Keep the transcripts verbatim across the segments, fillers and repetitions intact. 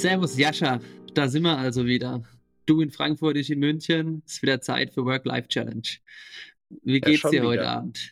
Servus Jascha, da sind wir also wieder. Du in Frankfurt, ich in München. Es ist wieder Zeit für Work-Life-Challenge. Wie Ja, geht's schon dir heute wieder. Abend?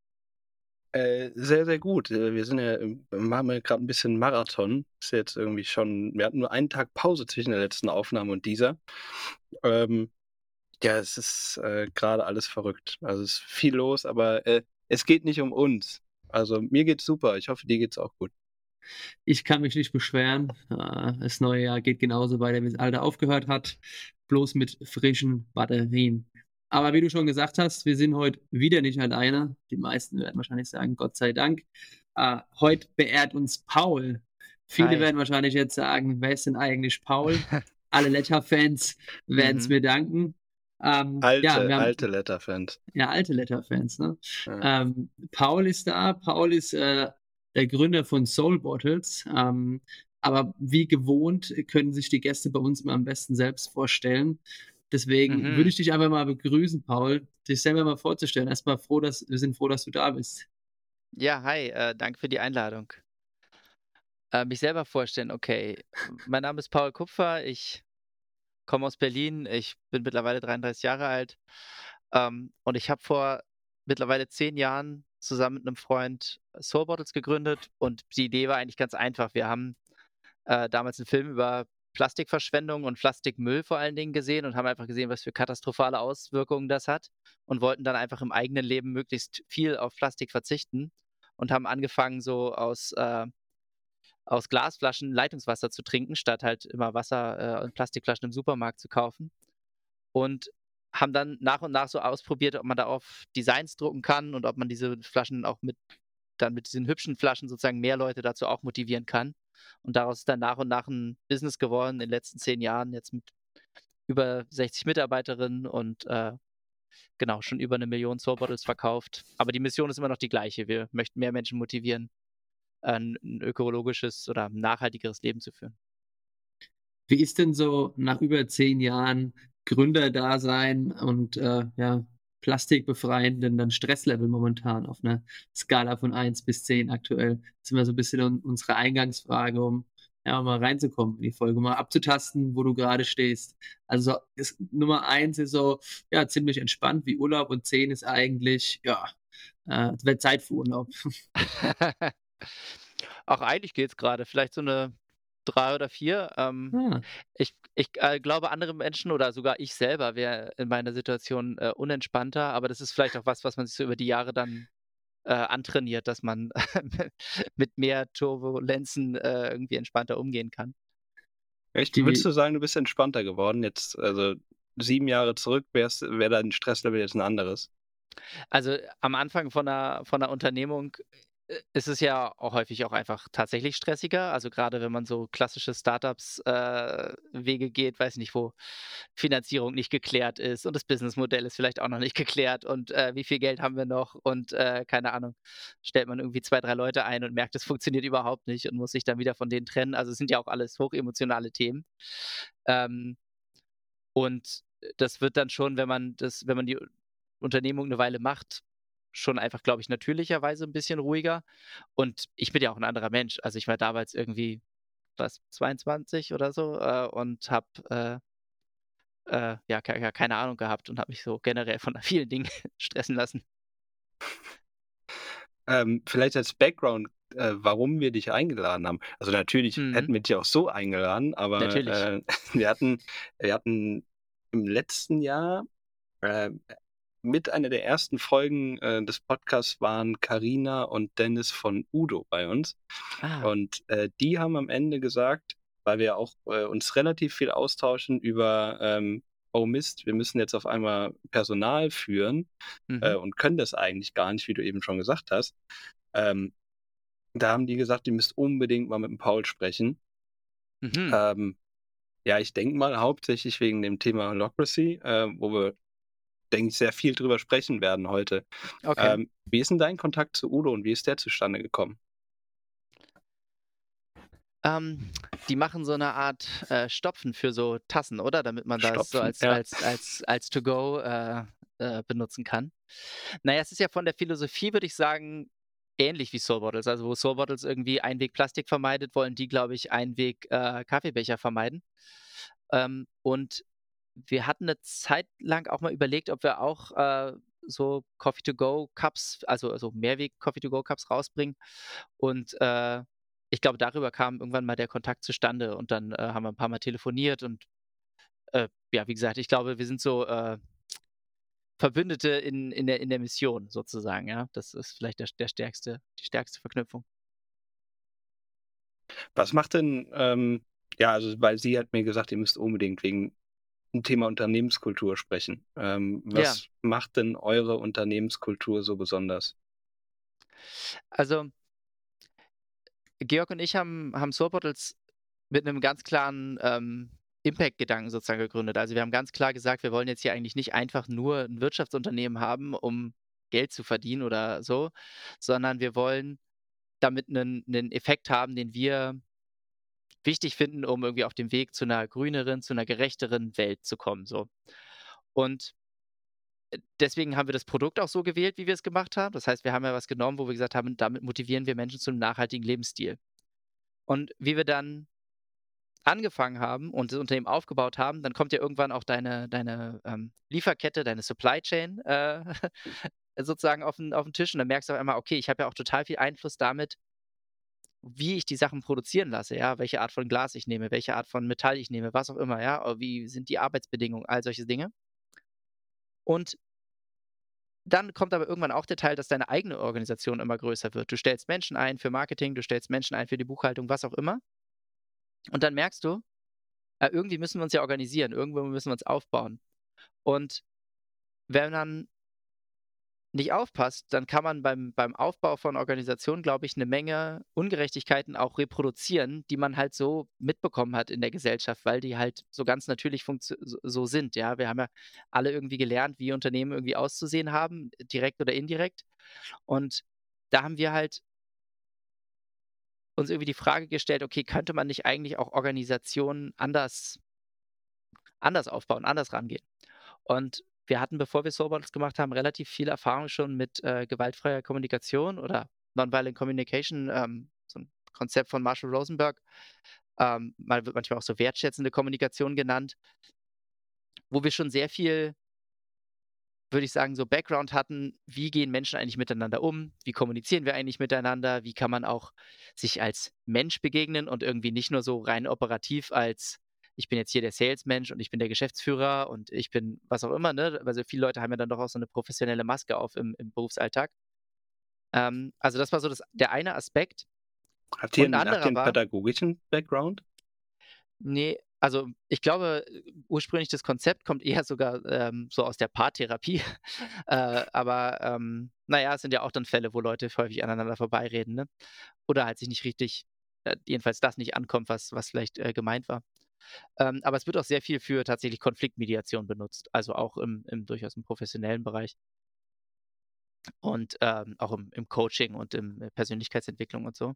Äh, sehr, sehr gut. Äh, wir sind ja im machen ja grad 'n bisschen Marathon. Ist jetzt irgendwie schon wir hatten nur einen Tag Pause zwischen der letzten Aufnahme und dieser. Ähm, ja, es ist, äh, grade alles verrückt. Also, es ist viel los, aber, äh, es geht nicht um uns. Also, mir geht's super. Ich hoffe, dir geht's auch gut. Ich kann mich nicht beschweren. Äh, das neue Jahr geht genauso weiter, wie das alte aufgehört hat, bloß mit frischen Batterien. Aber wie du schon gesagt hast, wir sind heute wieder nicht alleine. Die meisten werden wahrscheinlich sagen: „Gott sei Dank." Äh, heute beehrt uns Paul. Viele Hi. werden wahrscheinlich jetzt sagen: „Wer ist denn eigentlich Paul?" Alle Letter-Fans werden's Mhm. mir danken. Ähm, ja, Alte wir haben alte Letter-Fans. ja, alte Letter-Fans, ne? Ja. Ähm, Paul ist da. Paul ist, äh, der Gründer von Soul Bottles. Ähm, aber wie gewohnt können sich die Gäste bei uns immer am besten selbst vorstellen. Deswegen würde Mhm. ich dich einfach mal begrüßen, Paul, dich selber mal vorzustellen. Erst mal froh, dass wir sind froh, dass du da bist. Ja, hi, äh, danke für die Einladung. Äh, mich selber vorstellen, okay. Mein Name ist Paul Kupfer, ich komme aus Berlin, ich bin mittlerweile dreiunddreißig Jahre alt, ähm, und ich habe vor mittlerweile zehn Jahren zusammen mit 'nem Freund Soul Bottles gegründet und die Idee war eigentlich ganz einfach. Wir haben, äh, damals 'n Film über Plastikverschwendung und Plastikmüll vor allen Dingen gesehen und haben einfach gesehen, was für katastrophale Auswirkungen das hat und wollten dann einfach im eigenen Leben möglichst viel auf Plastik verzichten und haben angefangen, so aus, äh aus Glasflaschen Leitungswasser zu trinken, statt halt immer Wasser, äh, in Plastikflaschen im Supermarkt zu kaufen. Und haben dann nach und nach so ausprobiert, ob man da auf Designs drucken kann und ob man diese Flaschen auch mit dann mit diesen hübschen Flaschen sozusagen mehr Leute dazu auch motivieren kann. Und daraus ist dann nach und nach 'n Business geworden in den letzten zehn Jahren, jetzt mit über sechzig Mitarbeiterinnen und, äh, genau, schon über 'ne Million Soul Bottles verkauft. Aber die Mission ist immer noch die gleiche. Wir möchten mehr Menschen motivieren, äh, 'n 'n ökologisches oder nachhaltigeres Leben zu führen. Wie ist denn so nach über zehn Jahren Gründerdasein und, äh, ja, plastikbefreien denn dein Stresslevel momentan auf 'ner Skala von eins bis zehn aktuell? Das ist immer so 'n bisschen un unsere Eingangsfrage, um, ja, mal reinzukommen in die Folge, mal abzutasten, wo du grade stehst. Also, ist Nummer eins ist so, ja, ziemlich entspannt wie Urlaub und zehn ist eigentlich, ja, äh, es wäre Zeit für Urlaub. Ach, eigentlich geht's grade. Vielleicht so 'ne drei oder vier. Ähm, Ah. ich ich, äh, glaube, andere Menschen oder sogar ich selber wäre in meiner Situation, äh, unentspannter, aber das ist vielleicht auch was, was man sich so über die Jahre dann, äh, antrainiert, dass man mit mehr Turbulenzen, äh, irgendwie entspannter umgehen kann. Echt? Würdest Die du sagen, du bist entspannter geworden jetzt, also sieben Jahre zurück wär's wäre dein Stresslevel jetzt 'n anderes? Also, am Anfang von 'ner von 'ner Unternehmung, äh, ist es ja auch häufig auch einfach tatsächlich stressiger. Also, grade wenn man so klassische Start-ups, äh, Wege geht, weiß nicht, wo Finanzierung nicht geklärt ist und das Businessmodell ist vielleicht auch noch nicht geklärt und, äh, wie viel Geld haben wir noch und, äh, keine Ahnung, stellt man irgendwie zwei, drei Leute ein und merkt, das funktioniert überhaupt nicht und muss sich dann wieder von denen trennen. Also, es sind ja auch alles hochemotionale Themen. Ähm, und das wird dann schon, wenn man das wenn man die Unternehmung 'ne Weile macht, schon einfach, glaube ich, natürlicherweise 'n bisschen ruhiger. Und ich bin ja auch 'n anderer Mensch. Also, ich war damals irgendwie, was, zweiundzwanzig oder so, äh, und habe, äh äh, ja, kei ja, keine Ahnung gehabt und habe mich so generell von vielen Dingen stressen lassen. Ähm, vielleicht als Background, äh, warum wir dich eingeladen haben. Also, natürlich Mhm. hätten wir dich auch so eingeladen, aber, Natürlich. äh, wir hatten wir hatten im letzten Jahr, äh, mit einer der ersten Folgen, äh, des Podcasts waren Carina und Dennis von Udo bei uns. Ah. Und, äh, die haben am Ende gesagt, weil wir auch, äh, uns relativ viel austauschen über, ähm: „Oh Mist, wir müssen jetzt auf einmal Personal führen, äh, Mhm. und können das eigentlich gar nicht“, wie du eben schon gesagt hast. Ähm, da haben die gesagt: „Ihr müsst unbedingt mal mit dem Paul sprechen.“ Mhm. Ähm, ja, ich denke mal hauptsächlich wegen dem Thema Holacracy, äh, wo wir, denke ich, sehr viel drüber sprechen werden heute. Okay. Ähm, wie ist 'n dein Kontakt zu Udo und wie ist der zustande gekommen? Ähm, die machen so 'ne Art, äh, Stopfen für so Tassen, oder? Damit man das so Stopfen, als ja. als als als to go, äh, äh, benutzen kann. Na ja, es ist ja von der Philosophie, würde ich sagen ähnlich wie Soul Bottles. Also, wo Soul Bottles irgendwie Einweg-Plastik vermeidet, wollen die, glaube ich, Einweg äh, Kaffeebecher vermeiden. Ähm, und wir hatten 'ne Zeit lang auch mal überlegt, ob wir auch, äh, so Coffee-to-go-Cups, also also Mehrweg-Coffee-to-go-Cups rausbringen. Und, äh, ich glaube, darüber kam irgendwann mal der Kontakt zustande und dann, äh, haben wir 'n paar Mal telefoniert und, äh, ja, wie gesagt, ich glaube, wir sind so, äh, Verbündete in in der in der Mission sozusagen, ja? Das ist vielleicht der der stärkste die stärkste Verknüpfung. Was macht denn, ähm ja, also, weil sie hat mir gesagt, ihr müsst unbedingt wegen dem Thema Unternehmenskultur sprechen. Ähm, Ja, was macht denn eure Unternehmenskultur so besonders? also, Georg und ich haben haben Soul Bottles mit 'nem ganz klaren, ähm, Impact-Gedanken sozusagen gegründet. Also, wir haben ganz klar gesagt, wir wollen jetzt hier eigentlich nicht einfach nur 'n Wirtschaftsunternehmen haben, um Geld zu verdienen oder so, sondern wir wollen damit 'nen 'nen Effekt haben, den wir wichtig finden, um irgendwie auf dem Weg zu 'ner grüneren, zu 'ner gerechteren Welt zu kommen, so. Und deswegen haben wir das Produkt auch so gewählt, wie wir es gemacht haben. Das heißt, wir haben ja was genommen, wo wir gesagt haben, damit motivieren wir Menschen zu 'nem nachhaltigen Lebensstil. Und wie wir dann angefangen haben und das Unternehmen aufgebaut haben, dann kommt ja irgendwann auch deine deine, ähm, Lieferkette, deine Supply Chain, äh, sozusagen auf 'n auf 'n Tisch und dann merkst du auf einmal: „Okay, ich habe ja auch total viel Einfluss damit, wie ich die Sachen produzieren lasse, ja, welche Art von Glas ich nehme, welche Art von Metall ich nehme, was auch immer, ja, oder wie sind die Arbeitsbedingungen, all solche Dinge." Und dann kommt aber irgendwann auch der Teil, dass deine eigene Organisation immer größer wird. Du stellst Menschen ein für Marketing, du stellst Menschen ein für die Buchhaltung, was auch immer. Und dann merkst du, äh, irgendwie müssen wir uns ja organisieren, irgendwo müssen wir uns aufbauen. Und wenn man nicht aufpasst, dann kann man beim beim Aufbau von Organisationen, glaube ich, 'ne Menge Ungerechtigkeiten auch reproduzieren, die man halt so mitbekommen hat in der Gesellschaft, weil die halt so ganz natürlich funktio so so sind, ja? Wir haben ja alle irgendwie gelernt, wie Unternehmen irgendwie auszusehen haben, direkt oder indirekt. Und da haben wir halt uns irgendwie die Frage gestellt: „Okay, könnte man nicht eigentlich auch Organisationen anders anders aufbauen, anders rangehen?" Und wir hatten, bevor wir Soul Bottles gemacht haben, relativ viel Erfahrung schon mit, äh, gewaltfreier Kommunikation oder Nonviolent Communication, ähm, so 'n Konzept von Marshall Rosenberg. Ähm, mal wird manchmal auch so wertschätzende Kommunikation genannt, wo wir schon sehr viel, würde ich sagen, so Background hatten, wie gehen Menschen eigentlich miteinander um? Wie kommunizieren wir eigentlich miteinander? Wie kann man auch sich als Mensch begegnen und irgendwie nicht nur so rein operativ als ich bin jetzt hier der Salesmensch und ich bin der Geschäftsführer und ich bin was auch immer, ne? Also, viele Leute haben ja dann doch auch so eine professionelle Maske auf im im Berufsalltag. Ähm, also, das war so das der eine Aspekt. Habt ihr Und 'n 'n habt ihr anderer 'n war pädagogischen Background? ne, also, ich glaube, äh, ursprünglich das Konzept kommt eher sogar, ähm, so aus der Paartherapie. Äh, aber, ähm, na ja, es sind ja auch dann Fälle, wo Leute häufig aneinander vorbeireden, ne? Oder halt sich nicht richtig äh, jedenfalls das nicht ankommt, was was vielleicht, äh, gemeint war. Ähm, aber es wird auch sehr viel für tatsächlich Konfliktmediation benutzt, also auch im im durchaus im professionellen Bereich und, ähm, auch im im Coaching und im äh, Persönlichkeitsentwicklung und so.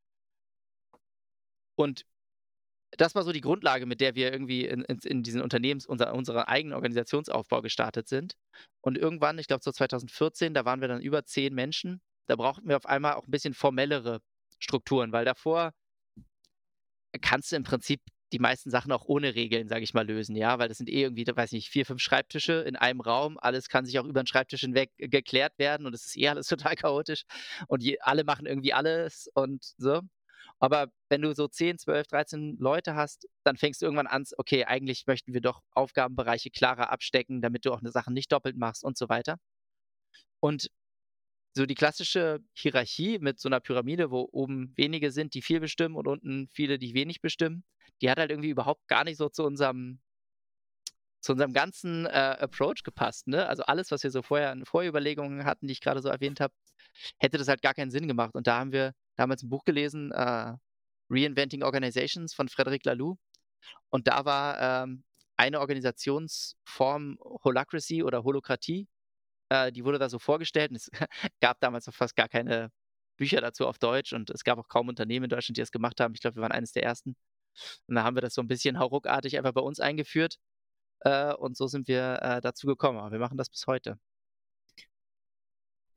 Und das war so die Grundlage, mit der wir irgendwie in ins in diesen Unternehmens unser unserer eigenen Organisationsaufbau gestartet sind. Und irgendwann, ich glaube so zweitausendvierzehn, da waren wir dann über zehn Menschen. Da brauchten wir auf einmal auch 'n bisschen formellere Strukturen, weil davor kannst du im Prinzip die meisten Sachen auch ohne Regeln, sage ich mal, lösen, ja? Weil das sind eh irgendwie, da weiß ich nicht, vier, fünf Schreibtische in einem Raum. Alles kann sich auch über 'n Schreibtisch hinweg äh, geklärt werden und es ist eh alles total chaotisch und je alle machen irgendwie alles und so. Aber wenn du so zehn, zwölf, dreizehn Leute hast, dann fängst du irgendwann an, s okay, eigentlich möchten wir doch Aufgabenbereiche klarer abstecken, damit du auch 'ne Sache nicht doppelt machst und so weiter. Und so die klassische Hierarchie mit so 'ner Pyramide, wo oben wenige sind, die viel bestimmen und unten viele, die wenig bestimmen, die hat halt irgendwie überhaupt gar nicht so zu unserem zu unserem ganzen, äh, Approach gepasst, ne? Also, alles, was wir so vorher an Vorüberlegungen hatten, die ich grade so erwähnt habe, hätte das halt gar keinen Sinn gemacht. Und da haben wir damals 'n Buch gelesen, äh, „Reinventing Organizations" von Frederic Laloux. Und da war, ähm, eine Organisationsform Holacracy oder Holokratie. Äh, die wurde da so vorgestellt und es gab damals noch fast gar keine Bücher dazu auf Deutsch und es gab auch kaum Unternehmen in Deutschland, die das gemacht haben. Ich glaube, wir waren eines der Ersten. Und da haben wir das so 'n bisschen hauruckartig einfach bei uns eingeführt, äh, und so sind wir, äh, dazu gekommen. Aber wir machen das bis heute.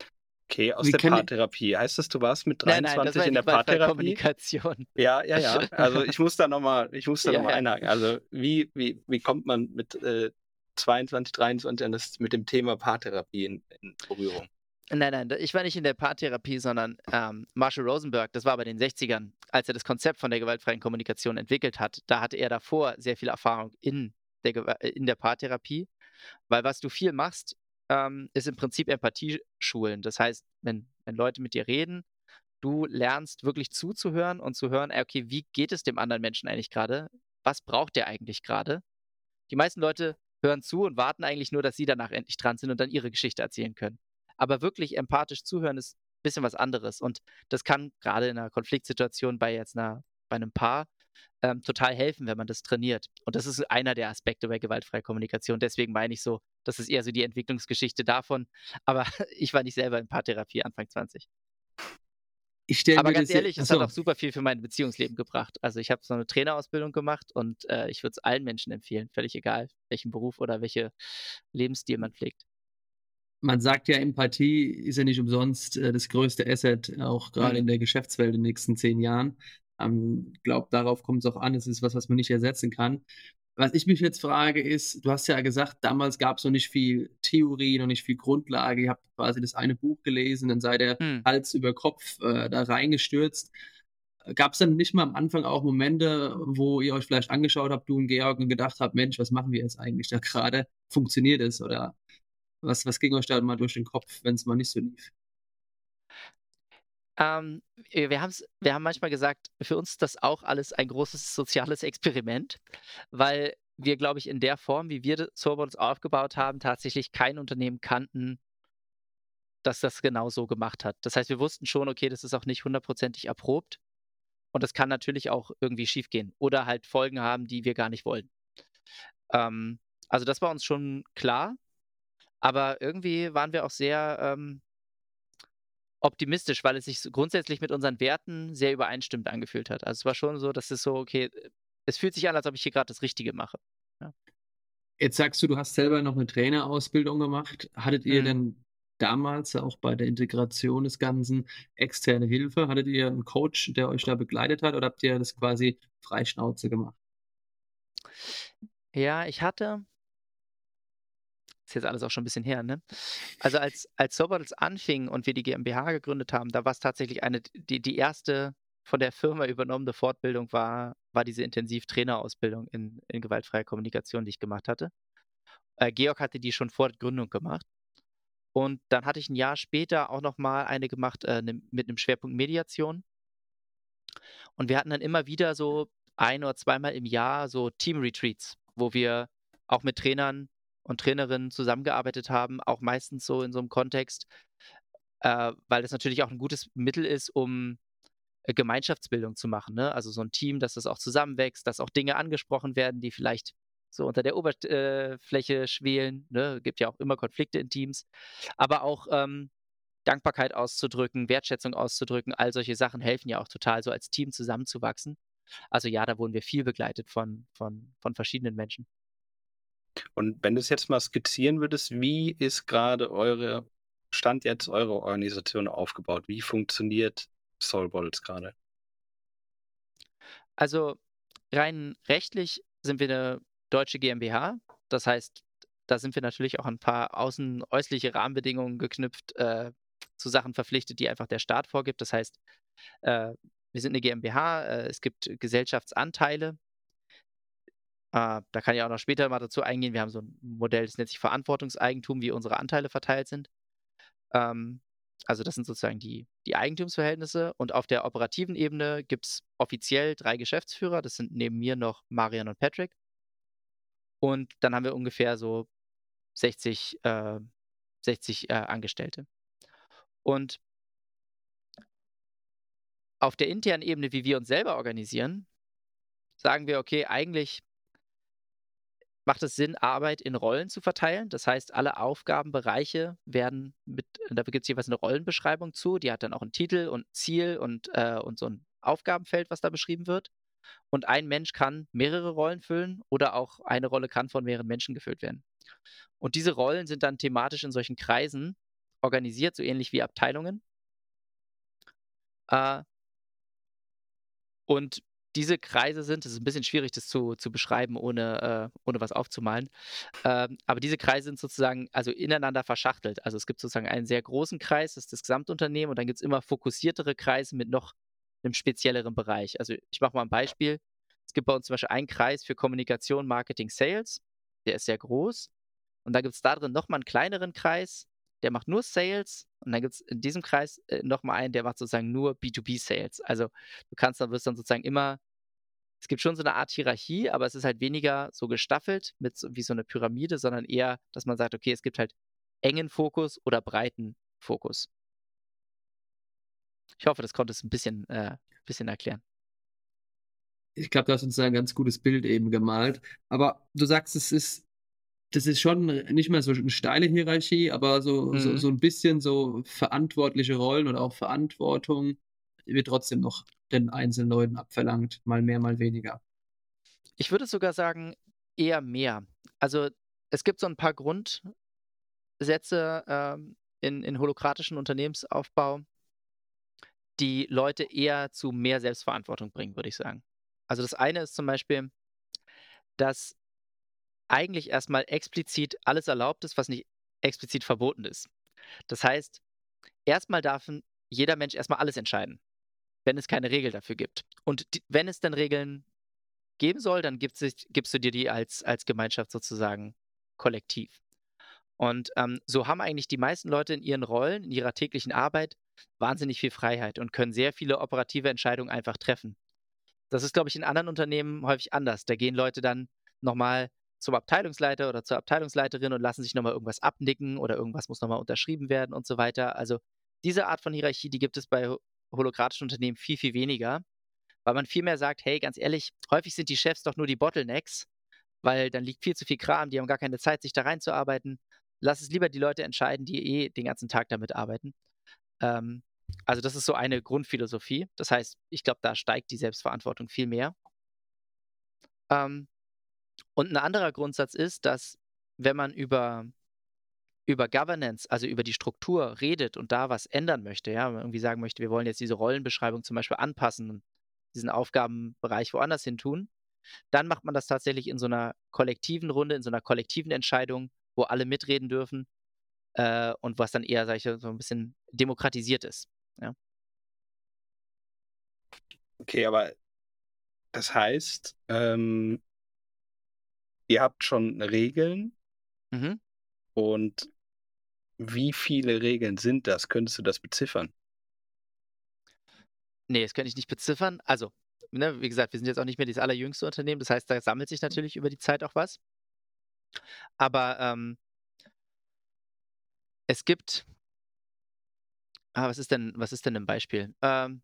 Okay, aus Wie der kann i Paartherapie. Heißt das, du warst mit Nein, nein, das war dreiundzwanzig ja in die der gewaltfreie Paartherapie? Kommunikation. Ja, ja, ja. Also ich muss da noch mal ich muss da noch Ja, mal ja. einhaken. Also wie wie wie kommt man mit, äh, zweiundzwanzig, dreiundzwanzig an das mit dem Thema Paartherapie in in Berührung? Nein, nein, ich war nicht in der Paartherapie, sondern, ähm, Marshall Rosenberg, das war aber in den Sechzigern, als er das Konzept von der gewaltfreien Kommunikation entwickelt hat. Da hatte er davor sehr viel Erfahrung in der Gewa äh, in der Paartherapie, weil was du viel machst, ähm, ist im Prinzip Empathie schulen. Das heißt, wenn wenn Leute mit dir reden, du lernst wirklich zuzuhören und zu hören: „Ey, okay, wie geht es dem anderen Menschen eigentlich gerade? Was braucht der eigentlich gerade?“ Die meisten Leute hören zu und warten eigentlich nur, dass sie danach endlich dran sind und dann ihre Geschichte erzählen können. Aber wirklich empathisch zuhören ist ein bisschen was anderes und das kann gerade in 'ner Konfliktsituation bei jetzt 'ner bei 'nem Paar, ähm, total helfen, wenn man das trainiert. Und das ist einer der Aspekte bei gewaltfreier Kommunikation. Deswegen meine ich so, das ist eher so die Entwicklungsgeschichte davon. Aber ich war nicht selber in Paartherapie Anfang zwanzig. Ich stelle Aber mir ganz das ja ehrlich, ach es hat auch so. super viel für mein Beziehungsleben gebracht. Also, ich habe so 'ne Trainerausbildung gemacht und, äh, ich würde es allen Menschen empfehlen, völlig egal, welchen Beruf oder welche Lebensstil man pflegt. Man sagt ja, Empathie ist ja nicht umsonst, äh, das größte Asset, auch grade Mhm. in der Geschäftswelt in den nächsten zehn Jahren. Ähm, glaube, darauf kommt's auch an. Es ist was, was man nicht ersetzen kann. Was ich mich jetzt frage, ist, du hast ja gesagt, damals gab's noch nicht viel Theorie, noch nicht viel Grundlage. Ihr habt quasi das eine Buch gelesen, dann seid ihr Mhm. Hals über Kopf, äh, da reingestürzt. Äh, gab's dann nicht mal am Anfang auch Momente, wo ihr euch vielleicht angeschaut habt, du und Georg, und gedacht habt: „Mensch, was machen wir jetzt eigentlich da grade? Funktioniert es?“ Oder was was ging euch da mal durch den Kopf, wenn's mal nicht so lief? Ähm, äh, wir haben's wir haben manchmal gesagt, für uns ist das auch alles ein großes soziales Experiment, weil wir, glaube ich, in der Form, wie wir d Soulbones aufgebaut haben, tatsächlich kein Unternehmen kannten das das genau so gemacht hat. Das heißt, wir wussten schon, okay, das ist auch nicht hundertprozentig erprobt und das kann natürlich auch irgendwie schiefgehen oder halt Folgen haben, die wir gar nicht wollen. Ähm, also, das war uns schon klar, aber irgendwie waren wir auch sehr, ähm optimistisch, weil es sich so grundsätzlich mit unseren Werten sehr übereinstimmend angefühlt hat. Also, es war schon so, dass es so: „Okay, äh, es fühlt sich an, als ob ich hier grad das Richtige mache.“ Ja. Jetzt sagst du, du hast selber noch 'ne Trainerausbildung gemacht. Hattet ihr Mhm. denn damals auch bei der Integration des Ganzen externe Hilfe? Hattet ihr 'n Coach, der euch da begleitet hat, oder habt ihr das quasi frei Schnauze gemacht? Ja, ich hatte ist jetzt alles auch schon 'n bisschen her, ne? Also, als als Soulbottles anfing und wir die GmbH gegründet haben, da war's tatsächlich eine die die erste von der Firma übernommene Fortbildung war war diese Intensivtrainerausbildung in in gewaltfreier Kommunikation, die ich gemacht hatte. Äh, Georg hatte die schon vor Gründung gemacht. Und dann hatte ich 'n Jahr später auch noch mal eine gemacht, äh, 'ne mit 'nem Schwerpunkt Mediation. Und wir hatten dann immer wieder so ein oder zweimal im Jahr so Team-Retreats, wo wir auch mit Trainern und Trainerinnen zusammengearbeitet haben, auch meistens so in so 'nem Kontext, äh, weil das natürlich auch 'n gutes Mittel ist, um, äh, Gemeinschaftsbildung zu machen, ne? Also, so 'n Team, dass das auch zusammenwächst, dass auch Dinge angesprochen werden, die vielleicht so unter der Obert äh, Fläche schwelen, ne? Gibt ja auch immer Konflikte in Teams. Aber auch, ähm, Dankbarkeit auszudrücken, Wertschätzung auszudrücken, all solche Sachen helfen ja auch total, so als Team zusammenzuwachsen. Also, ja, da wurden wir viel begleitet von von von verschiedenen Menschen. Und wenn du's jetzt mal skizzieren würdest, wie ist grade eure Stand jetzt eure Organisation aufgebaut? Wie funktioniert Soulbottles grade? Also, rein rechtlich sind wir 'ne deutsche GmbH. Das heißt, da sind wir natürlich auch an 'n paar außen äußerliche Rahmenbedingungen geknüpft, äh, zu Sachen verpflichtet, die einfach der Staat vorgibt. Das heißt, äh, wir sind 'ne GmbH, äh, es gibt Gesellschaftsanteile. Äh, da kann ich auch noch später mal dazu eingehen. Wir haben so 'n Modell, das nennt sich Verantwortungseigentum, wie unsere Anteile verteilt sind. Ähm, also, das sind sozusagen die die Eigentumsverhältnisse. Und auf der operativen Ebene gibt's offiziell drei Geschäftsführer. Das sind neben mir noch Marian und Patrick. Und dann haben wir ungefähr so sechzig, äh sechzig, äh, Angestellte. Und auf der internen Ebene, wie wir uns selber organisieren, sagen wir: „Okay, eigentlich macht es Sinn, Arbeit in Rollen zu verteilen?“ Das heißt, alle Aufgabenbereiche werden mit dafür gibt's jeweils 'ne Rollenbeschreibung zu, die hat dann auch 'n Titel und Ziel und, äh und so 'n Aufgabenfeld, was da beschrieben wird. Und ein Mensch kann mehrere Rollen füllen oder auch eine Rolle kann von mehreren Menschen gefüllt werden. Und diese Rollen sind dann thematisch in solchen Kreisen organisiert, so ähnlich wie Abteilungen. Äh Und diese Kreise sind es ist 'n bisschen schwierig, das zu zu beschreiben, ohne äh, ohne was aufzumalen. Ähm, aber diese Kreise sind sozusagen, also, ineinander verschachtelt. Also, es gibt sozusagen einen sehr großen Kreis, das ist das Gesamtunternehmen, und dann gibt's immer fokussiertere Kreise mit noch 'nem spezielleren Bereich. Also, ich mache mal 'n Beispiel. Es gibt bei uns zum Beispiel einen Kreis für Kommunikation, Marketing, Sales, der ist sehr groß. Und dann gibt's da drin noch mal 'n kleineren Kreis, der macht nur Sales. Und dann gibt's in diesem Kreis, äh, noch mal einen, der macht sozusagen nur B zwei B Sales. Also, du kannst dann wirst dann sozusagen immer es gibt schon so 'ne Art Hierarchie, aber es ist halt weniger so gestaffelt mit so wie so 'ne Pyramide, sondern eher, dass man sagt: „Okay, es gibt halt engen Fokus oder breiten Fokus." Ich hoffe, das konnte es 'n bisschen äh, bisschen erklären. Ich glaube, du hast uns da 'n ganz gutes Bild eben gemalt. Aber du sagst, es ist das ist schon nicht mehr so 'ne steile Hierarchie, aber so so Mhm. so 'n bisschen so verantwortliche Rollen oder auch Verantwortung wird trotzdem noch den einzelnen Leuten abverlangt, mal mehr, mal weniger. Ich würde sogar sagen, eher mehr. Also, es gibt so 'n paar Grundsätze, ähm, in in holokratischen Unternehmensaufbau die Leute eher zu mehr Selbstverantwortung bringen, würde ich sagen. Also, das eine ist zum Beispiel dass eigentlich erst mal explizit alles erlaubt ist, was nicht explizit verboten ist. Das heißt, erst mal darf 'n jeder Mensch erst mal alles entscheiden, wenn es keine Regel dafür gibt. Und d wenn es dann Regeln geben soll, dann gibt sich gibst du dir die als als Gemeinschaft sozusagen kollektiv. Und, ähm, so haben eigentlich die meisten Leute in ihren Rollen, in ihrer täglichen Arbeit wahnsinnig viel Freiheit und können sehr viele operative Entscheidungen einfach treffen. Das ist, glaube ich, in anderen Unternehmen häufig anders. Da gehen Leute dann noch mal zum Abteilungsleiter oder zur Abteilungsleiterin und lassen sich noch mal irgendwas abnicken oder irgendwas muss noch mal unterschrieben werden und so weiter. Also, diese Art von Hierarchie, die gibt es bei ho holokratischen Unternehmen viel, viel weniger, weil man viel mehr sagt: „Hey, ganz ehrlich, häufig sind die Chefs doch nur die Bottlenecks, weil dann liegt viel zu viel Kram, die haben gar keine Zeit, sich da reinzuarbeiten. Lass es lieber die Leute entscheiden, die eh den ganzen Tag damit arbeiten." Ähm, also, das ist so eine Grundphilosophie. Das heißt, ich glaube, da steigt die Selbstverantwortung viel mehr. Ähm, und 'n anderer Grundsatz ist, dass, wenn man über über Governance, also über die Struktur redet und da was ändern möchte, ja, wenn man irgendwie sagen möchte: „Wir wollen jetzt diese Rollenbeschreibung zum Beispiel anpassen und diesen Aufgabenbereich woanders hin tun", dann macht man das tatsächlich in so 'ner kollektiven Runde, in so 'ner kollektiven Entscheidung, wo alle mitreden dürfen, äh, und was dann eher, sage ich, so 'n bisschen demokratisiert ist, ja. Okay, aber das heißt, ähm ihr habt schon Regeln Mhm. und wie viele Regeln sind das? Könntest du das beziffern? Ne, das könnte ich nicht beziffern. Also, ne, wie gesagt, wir sind jetzt auch nicht mehr das allerjüngste Unternehmen. Das heißt, da sammelt sich natürlich über die Zeit auch was. Aber, ähm es gibt ah, was ist denn was ist denn 'n Beispiel? Ähm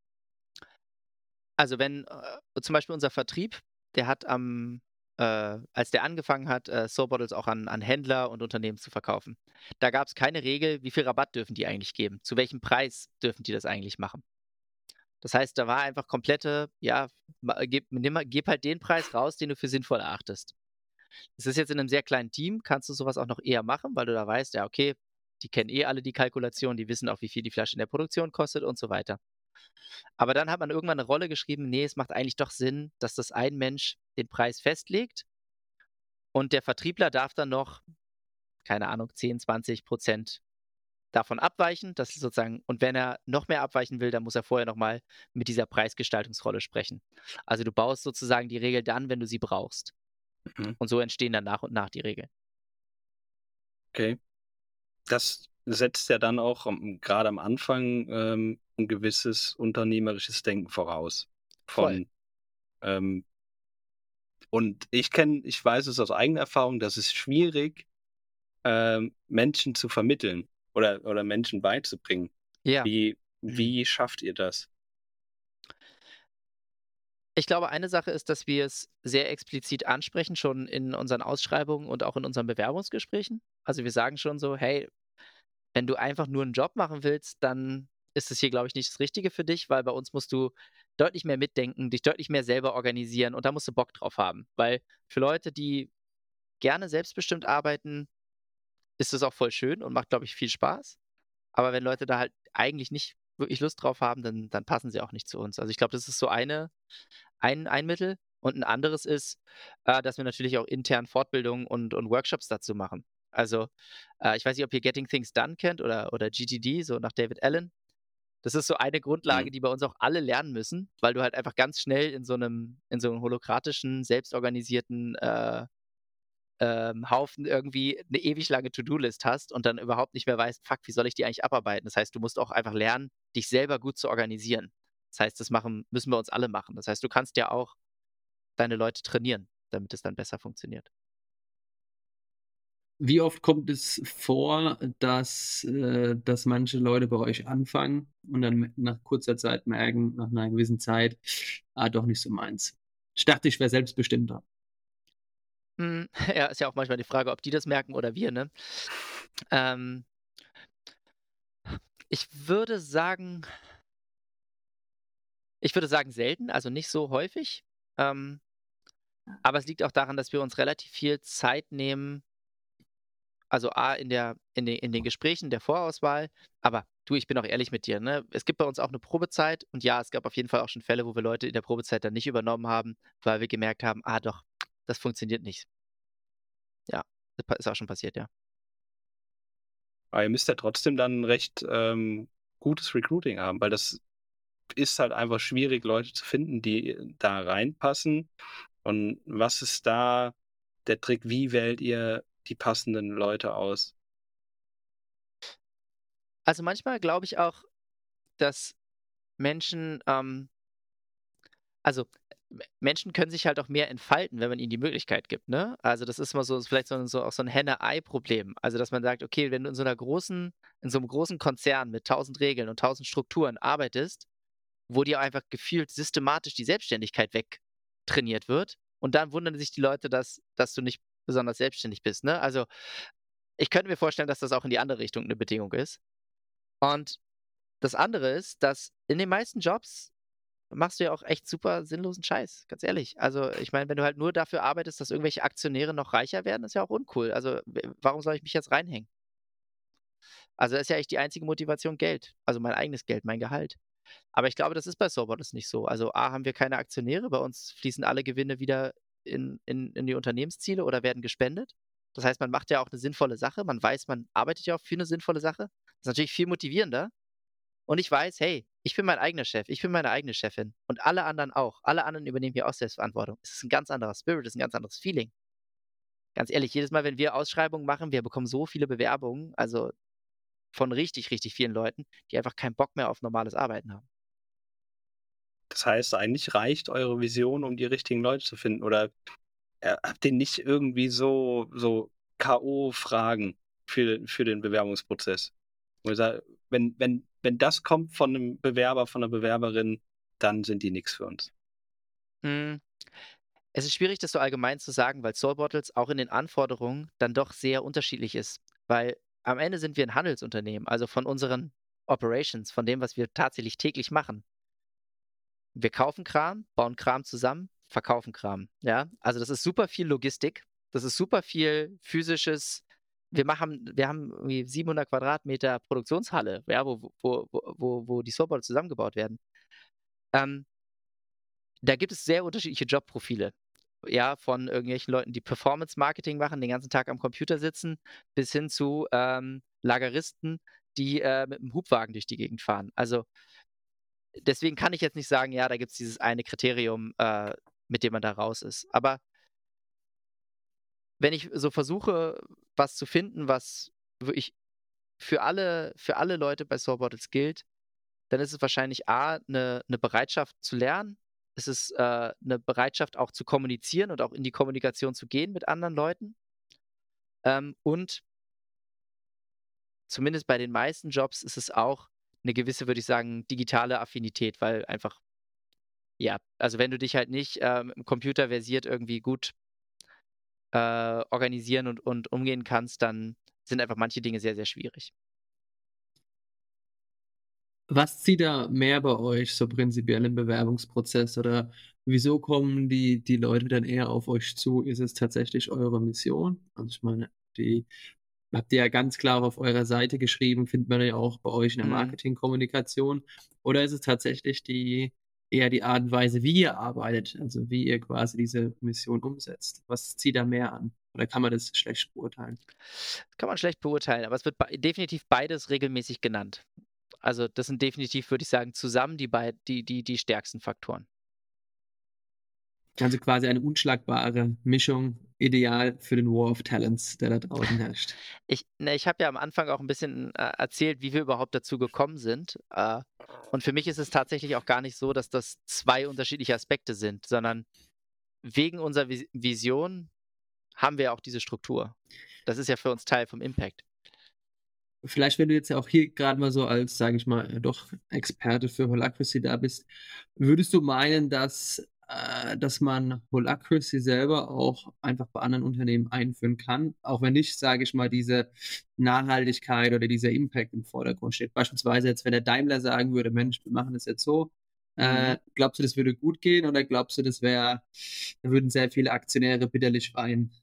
also, wenn, äh zum Beispiel unser Vertrieb, der hat am äh, als der angefangen hat, äh, Soap Bottles auch an an Händler und Unternehmen zu verkaufen, da gab's keine Regel, wie viel Rabatt dürfen die eigentlich geben? Zu welchem Preis dürfen die das eigentlich machen? Das heißt, da war einfach komplette, ja, ma gib nimm mal gib halt den Preis raus, den du für sinnvoll erachtest. Es ist jetzt in 'nem sehr kleinen Team kannst du so was auch noch eher machen, weil du da weißt, ja, okay, die kennen eh alle die Kalkulation, die wissen auch, wie viel die Flasche in der Produktion kostet und so weiter. Aber dann hat man irgendwann 'ne Rolle geschrieben: „Ne, es macht eigentlich doch Sinn, dass das ein Mensch den Preis festlegt" und der Vertriebler darf dann noch, keine Ahnung, zehn, zwanzig Prozent davon abweichen. Das ist sozusagen und wenn er noch mehr abweichen will, dann muss er vorher noch mal mit dieser Preisgestaltungsrolle sprechen. Also, du baust sozusagen die Regel dann, wenn du sie brauchst. Mhm. Und so entstehen dann nach und nach die Regeln. Okay. Das setzt ja dann auch, ähm, grade am Anfang, ähm, 'n gewisses unternehmerisches Denken voraus Voll. von, ähm und ich kenne ich weiß es aus eigener Erfahrung, das ist schwierig, ähm, Menschen zu vermitteln oder oder Menschen beizubringen. Ja. Wie Mhm. wie schafft ihr das? Ich glaube, eine Sache ist, dass wir es sehr explizit ansprechen, schon in unseren Ausschreibungen und auch in unseren Bewerbungsgesprächen. Also, wir sagen schon so: „Hey, wenn du einfach nur 'n Job machen willst, dann ist es hier, glaube ich, nicht das Richtige für dich, weil bei uns musst du deutlich mehr mitdenken, dich deutlich mehr selber organisieren und da musst du Bock drauf haben." Weil für Leute, die gerne selbstbestimmt arbeiten, ist das auch voll schön und macht, glaube ich, viel Spaß. Aber wenn Leute da halt eigentlich nicht wirklich Lust drauf haben, dann dann passen sie auch nicht zu uns. Also, ich glaube, das ist so eine ein ein Mittel. Und ein anderes ist, äh, dass wir natürlich auch intern Fortbildungen und und Workshops dazu machen. Also, äh, ich weiß nicht, ob ihr Getting Things Done kennt oder oder G T D, so nach David Allen. Das ist so eine Grundlage, Mhm. die bei uns auch alle lernen müssen, weil du halt einfach ganz schnell in so einem in so 'nem holokratischen, selbstorganisierten, äh, ähm, Haufen irgendwie eine ewig lange To-do-List hast und dann überhaupt nicht mehr weißt: „Fuck, wie soll ich die eigentlich abarbeiten?“ Das heißt, du musst auch einfach lernen, dich selber gut zu organisieren. Das heißt, das machen müssen wir uns alle machen. Das heißt, du kannst ja auch deine Leute trainieren, damit es dann besser funktioniert. Wie oft kommt es vor, dass äh, dass manche Leute bei euch anfangen und dann m nach kurzer Zeit merken, nach einer gewissen Zeit: „Ah, doch nicht so meins. Ich dachte, ich wäre selbstbestimmter.“ Hm, ja, ist ja auch manchmal die Frage, ob die das merken oder wir, ne? Ähm, ich würde sagen ich würde sagen selten, also nicht so häufig. Ähm, aber es liegt auch daran, dass wir uns relativ viel Zeit nehmen, also A, in der in den in den Gesprächen der Vorauswahl, aber du, ich bin auch ehrlich mit dir, ne? Es gibt bei uns auch eine Probezeit und ja, es gab auf jeden Fall auch schon Fälle, wo wir Leute in der Probezeit dann nicht übernommen haben, weil wir gemerkt haben: „Ah doch, das funktioniert nicht.“ Ja, ist auch schon passiert, ja. Aber ihr müsst ja trotzdem dann 'n recht, ähm, gutes Recruiting haben, weil das ist halt einfach schwierig, Leute zu finden, die da reinpassen. Und was ist da der Trick? Wie wählt ihr die passenden Leute aus? Also, manchmal glaube ich auch, dass Menschen, ähm also, M Menschen können sich halt auch mehr entfalten, wenn man ihnen die Möglichkeit gibt, ne? Also, das ist immer so ist vielleicht so 'n so auch so 'n Henne-Ei-Problem. Also, dass man sagt: „Okay, wenn du in so 'ner großen in so 'nem großen Konzern mit tausend Regeln und tausend Strukturen arbeitest, wo dir einfach gefühlt systematisch die Selbstständigkeit wegtrainiert wird und dann wundern sich die Leute, dass dass du nicht besonders selbstständig bist“, ne? Also, ich könnte mir vorstellen, dass das auch in die andere Richtung 'ne Bedingung ist. Und das andere ist, dass in den meisten Jobs machst du ja auch echt super sinnlosen Scheiß, ganz ehrlich. Also, ich meine, wenn du halt nur dafür arbeitest, dass irgendwelche Aktionäre noch reicher werden, ist ja auch uncool. Also, w warum soll ich mich jetzt reinhängen? Also, ist ja echt die einzige Motivation Geld, also mein eigenes Geld, mein Gehalt. Aber ich glaube, das ist bei Soulbodys nicht so. Also, A, haben wir keine Aktionäre, bei uns fließen alle Gewinne wieder in in in die Unternehmensziele oder werden gespendet. Das heißt, man macht ja auch 'ne sinnvolle Sache. Man weiß, man arbeitet ja auch für 'ne sinnvolle Sache. Das ist natürlich viel motivierender. Und ich weiß: „Hey, ich bin mein eigener Chef, ich bin meine eigene Chefin und alle anderen auch. Alle anderen übernehmen hier auch Selbstverantwortung.“ Es ist 'n ganz anderer Spirit, es ist 'n ganz anderes Feeling. Ganz ehrlich, jedes Mal, wenn wir Ausschreibungen machen, wir bekommen so viele Bewerbungen, also von richtig, richtig vielen Leuten, die einfach keinen Bock mehr auf normales Arbeiten haben. Das heißt, eigentlich reicht eure Vision, um die richtigen Leute zu finden, oder, äh, habt ihr nicht irgendwie so so K O-Fragen für für den Bewerbungsprozess? Wo ihr sagt: „Wenn wenn wenn das kommt von 'nem Bewerber, von 'ner Bewerberin, dann sind die nix für uns.“ Hm, es ist schwierig, das so allgemein zu sagen, weil Soul Bottles auch in den Anforderungen dann doch sehr unterschiedlich ist. Weil am Ende sind wir 'n Handelsunternehmen, also von unseren Operations, von dem, was wir tatsächlich täglich machen. Wir kaufen Kram, bauen Kram zusammen, verkaufen Kram, ja? Also, das ist super viel Logistik. Das ist super viel physisches wir machen wir haben irgendwie siebenhundert Quadratmeter Produktionshalle, ja, wo wo wo wo wo die Soul Bottles zusammengebaut werden. Ähm Da gibt es sehr unterschiedliche Jobprofile. Ja, von irgendwelchen Leuten, die Performance Marketing machen, den ganzen Tag am Computer sitzen, bis hin zu, ähm, Lageristen, die, äh, mit 'm Hubwagen durch die Gegend fahren. Also, deswegen kann ich jetzt nicht sagen: „Ja, da gibt's dieses eine Kriterium, äh, mit dem man da raus ist.“ Aber wenn ich so versuche, was zu finden, was wirklich für alle für alle Leute bei Soul Bottles gilt, dann ist es wahrscheinlich A, 'ne 'ne Bereitschaft zu lernen. Es ist, äh, 'ne Bereitschaft auch zu kommunizieren und auch in die Kommunikation zu gehen mit anderen Leuten. Ähm, und zumindest bei den meisten Jobs ist es auch 'ne gewisse, würde ich sagen, digitale Affinität, weil einfach ja, also wenn du dich halt nicht, ähm, mit'm Computer versiert irgendwie gut, äh, organisieren und und umgehen kannst, dann sind einfach manche Dinge sehr, sehr schwierig. Was zieht da mehr bei euch so prinzipiell im Bewerbungsprozess oder wieso kommen die die Leute dann eher auf euch zu? Ist es tatsächlich eure Mission? Also, ich meine, die habt ihr ja ganz klar auch auf eurer Seite geschrieben, findet man ja auch bei euch in der Mhm. Marketingkommunikation. Oder ist es tatsächlich die eher die Art und Weise, wie ihr arbeitet, also wie ihr quasi diese Mission umsetzt? Was zieht da mehr an? Oder kann man das schlecht beurteilen? Kann man schlecht beurteilen, aber es wird bei definitiv beides regelmäßig genannt. Also, das sind definitiv, würde ich sagen, zusammen die beid die die die stärksten Faktoren. Also quasi eine unschlagbare Mischung, ideal für den War of Talents, der da draußen herrscht. Ich ne, ich habe ja am Anfang auch ein bisschen, äh, erzählt, wie wir überhaupt dazu gekommen sind. Äh, und für mich ist es tatsächlich auch gar nicht so, dass das zwei unterschiedliche Aspekte sind, sondern wegen unserer Vis Vision haben wir auch diese Struktur. Das ist ja für uns Teil vom Impact. Vielleicht, wenn du jetzt ja auch hier gerade mal so als, sage ich mal, äh, doch Experte für Holacracy da bist, würdest du meinen, dass, äh, dass man Holacracy selber auch einfach bei anderen Unternehmen einführen kann, auch wenn nicht, sage ich mal, diese Nachhaltigkeit oder dieser Impact im Vordergrund steht? Beispielsweise jetzt, wenn der Daimler sagen würde: „Mensch, wir machen das jetzt so.“ Mhm. Äh, glaubst du, das würde gut gehen oder glaubst du, das wäre da würden sehr viele Aktionäre bitterlich weinen?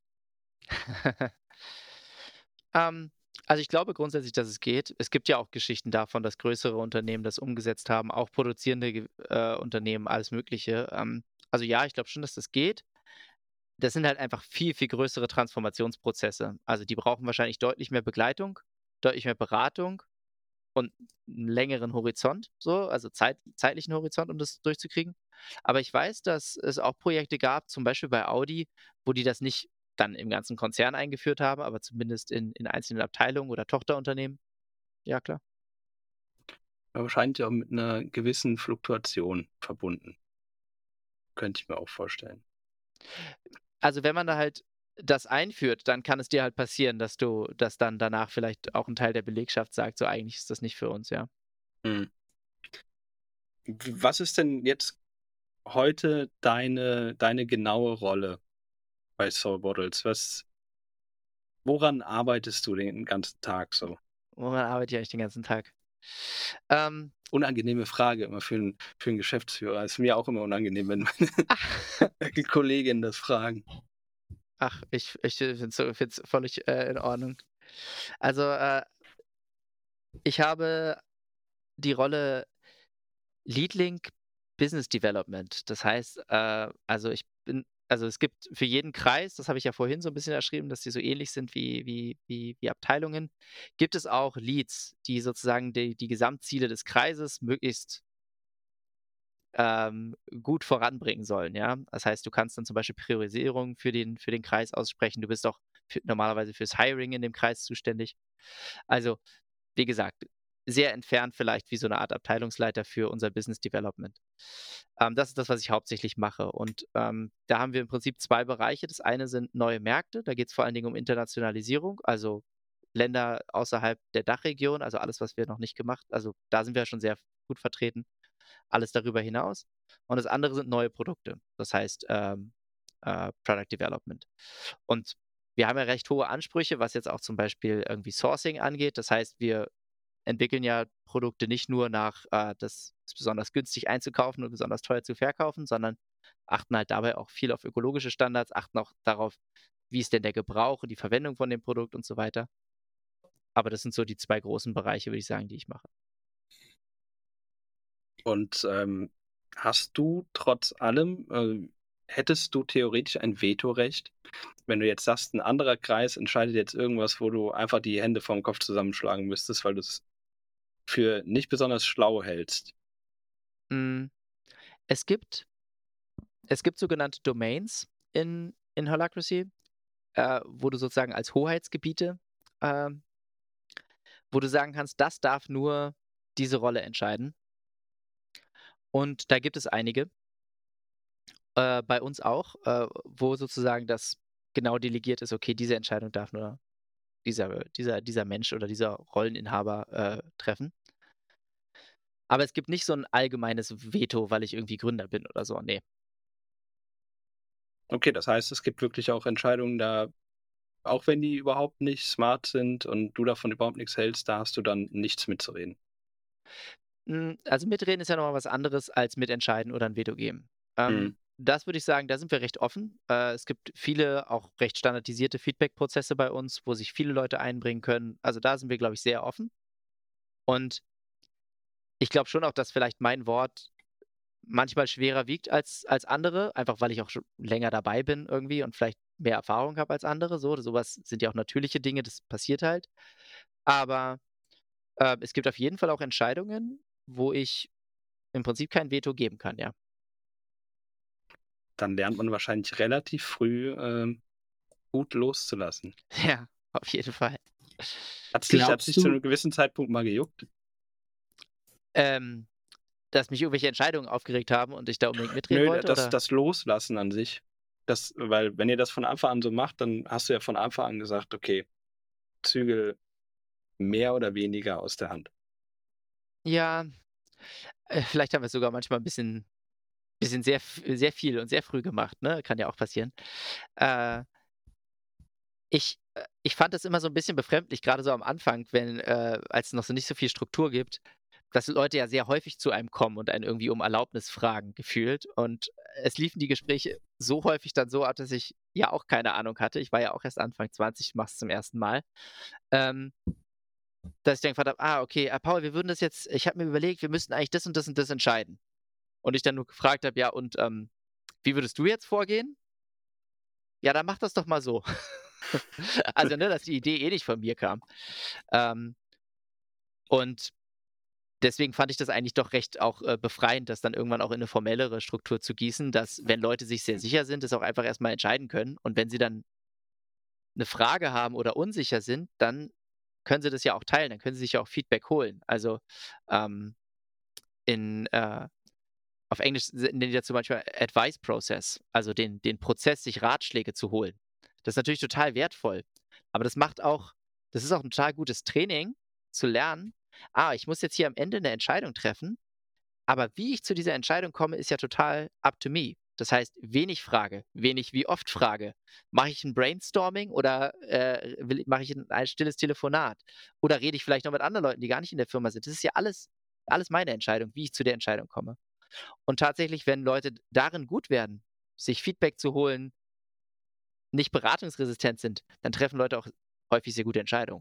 Ähm, also, ich glaube grundsätzlich, dass es geht. Es gibt ja auch Geschichten davon, dass größere Unternehmen das umgesetzt haben, auch produzierende Ge äh, Unternehmen, alles Mögliche. Ähm, also, ja, ich glaube schon, dass das geht. Das sind halt einfach viel, viel größere Transformationsprozesse. Also, die brauchen wahrscheinlich deutlich mehr Begleitung, deutlich mehr Beratung und 'n längeren Horizont so, also zeit zeitlichen Horizont, um das durchzukriegen. Aber ich weiß, dass es auch Projekte gab, zum Beispiel bei Audi, wo die das nicht dann im ganzen Konzern eingeführt haben, aber zumindest in in einzelnen Abteilungen oder Tochterunternehmen. Ja, klar. Aber wahrscheinlich auch mit einer gewissen Fluktuation verbunden, könnte ich mir auch vorstellen. Also, wenn man da halt das einführt, dann kann es dir halt passieren, dass du dass dann danach vielleicht auch 'n Teil der Belegschaft sagt: „So, eigentlich ist das nicht für uns“, ja. Mhm. W was ist denn jetzt heute deine deine genaue Rolle bei Soul Bottles? Was woran arbeitest du den ganzen Tag so? Woran arbeite ich eigentlich den ganzen Tag? Ähm, Unangenehme Frage immer für 'n für 'n Geschäftsführer. Ist mir auch immer unangenehm, wenn meine Kolleginnen das fragen. ach, ich ich, äh, finde es so finde es völlig, äh, in Ordnung. Also, äh, ich habe die Rolle Lead Link Business Development. Das heißt, äh, also, ich bin also, es gibt für jeden Kreis, das habe ich ja vorhin so 'n bisschen erschrieben, dass die so ähnlich sind wie wie wie wie Abteilungen, gibt es auch Leads, die sozusagen die die Gesamtziele des Kreises möglichst ähm, gut voranbringen sollen, ja? Das heißt, du kannst dann zum Beispiel Priorisierung für den für den Kreis aussprechen. Du bist auch für normalerweise fürs Hiring in dem Kreis zuständig. Also, wie gesagt, sehr entfernt vielleicht wie so 'ne Art Abteilungsleiter für unser Business Development. Ähm, das ist das, was ich hauptsächlich mache. Und, ähm, da haben wir im Prinzip zwei Bereiche. Das eine sind neue Märkte. Da geht's vor allen Dingen um Internationalisierung, also Länder außerhalb der Dachregion, also alles, was wir noch nicht gemacht also da sind wir ja schon sehr gut vertreten, alles darüber hinaus. Und das andere sind neue Produkte. Das heißt, ähm, äh, Product Development. Und wir haben ja recht hohe Ansprüche, was jetzt auch zum Beispiel irgendwie Sourcing angeht. Das heißt, wir entwickeln ja Produkte nicht nur nach, äh, das ist besonders günstig einzukaufen und besonders teuer zu verkaufen, sondern achten halt dabei auch viel auf ökologische Standards, achten auch darauf, wie ist denn der Gebrauch und die Verwendung von dem Produkt und so weiter. Aber das sind so die zwei großen Bereiche, würde ich sagen, die ich mache. Und, ähm, hast du trotz allem äh, hättest du theoretisch ein Vetorecht, wenn du jetzt sagst, ein anderer Kreis entscheidet jetzt irgendwas, wo du einfach die Hände vorm Kopf zusammenschlagen müsstest, weil du es für nicht besonders schlau hältst? Hm, es gibt es gibt sogenannte Domains in in Holacracy, äh, wo du sozusagen als Hoheitsgebiete, ähm wo du sagen kannst, das darf nur diese Rolle entscheiden. Und da gibt es einige, äh, bei uns auch, äh, wo sozusagen das genau delegiert ist: „Okay, diese Entscheidung darf nur dieser dieser dieser Mensch oder dieser Rolleninhaber, äh, treffen.“ Aber es gibt nicht so 'n allgemeines Veto, weil ich irgendwie Gründer bin oder so, ne. Okay, das heißt, es gibt wirklich auch Entscheidungen, da auch wenn die überhaupt nicht smart sind und du davon überhaupt nichts hältst, da hast du dann nichts mitzureden. Hm, also mitreden ist ja noch mal was anderes als mitentscheiden oder 'n Veto geben. Ähm, Mhm. Das würde ich sagen, da sind wir recht offen. Äh, es gibt viele auch recht standardisierte Feedback-Prozesse bei uns, wo sich viele Leute einbringen können. Also, da sind wir, glaube ich, sehr offen. Und ich glaube schon auch, dass vielleicht mein Wort manchmal schwerer wiegt als als andere, einfach weil ich auch schon länger dabei bin irgendwie und vielleicht mehr Erfahrung habe als andere so. So was sind ja auch natürliche Dinge, das passiert halt. Aber, äh, es gibt auf jeden Fall auch Entscheidungen, wo ich im Prinzip kein Veto geben kann, ja. Dann lernt man wahrscheinlich relativ früh, ähm, gut loszulassen. Ja, auf jeden Fall. Hat's dich hat's Glaubst dich zu 'nem du gewissen Zeitpunkt mal gejuckt? Ähm, dass mich irgendwelche Entscheidungen aufgeregt haben und ich da unbedingt mitreden Nö, wollte, das oder? das Loslassen an sich. Das weil wenn ihr das von Anfang an so macht, dann hast du ja von Anfang an gesagt: „Okay, Zügel mehr oder weniger aus der Hand." Ja, äh, vielleicht haben wir's sogar manchmal 'n bisschen bisschen sehr v sehr viel und sehr früh gemacht, ne? Kann ja auch passieren. Äh ich äh, ich fand das immer so 'n bisschen befremdlich, grade so am Anfang, wenn äh, als es noch so nicht so viel Struktur gibt, dass Leute ja sehr häufig zu einem kommen und einen irgendwie um Erlaubnis fragen, gefühlt. Und es liefen die Gespräche so häufig dann so ab, dass ich ja auch keine Ahnung hatte. Ich war ja auch erst Anfang zwanzig, mach's zum ersten Mal. Ähm, dass ich dann gefragt habe: „Ah, okay, ah, Paul, wir würden das jetzt ich habe mir überlegt, wir müssten eigentlich das und das und das entscheiden." Und ich dann nur gefragt habe: „Ja, und, ähm, wie würdest du jetzt vorgehen?" „Ja, dann mach das doch mal so." Also, ne, dass die Idee eh nicht von mir kam. Ähm und deswegen fand ich das eigentlich doch recht auch, äh, befreiend, das dann irgendwann auch in 'ne formellere Struktur zu gießen, dass, wenn Leute sich sehr sicher sind, das auch einfach erst mal entscheiden können. Und wenn sie dann 'ne Frage haben oder unsicher sind, dann können sie das ja auch teilen, dann können sie sich ja auch Feedback holen. Also, ähm, in äh, auf Englisch s nennen die das zum Beispiel Advice Process, also den den Prozess, sich Ratschläge zu holen. Das ist natürlich total wertvoll, aber das macht auch das ist auch 'n total gutes Training, zu lernen: „Ah, ich muss jetzt hier am Ende 'ne Entscheidung treffen, aber wie ich zu dieser Entscheidung komme, ist ja total up to me." Das heißt, wen ich frage, wen ich wie oft frage. Mache ich 'n Brainstorming oder, äh, will mache ich 'n ein stilles Telefonat? Oder rede ich vielleicht noch mit anderen Leuten, die gar nicht in der Firma sind? Das ist ja alles alles meine Entscheidung, wie ich zu der Entscheidung komme. Und tatsächlich, wenn Leute d darin gut werden, sich Feedback zu holen nicht beratungsresistent sind, dann treffen Leute auch häufig sehr gute Entscheidungen.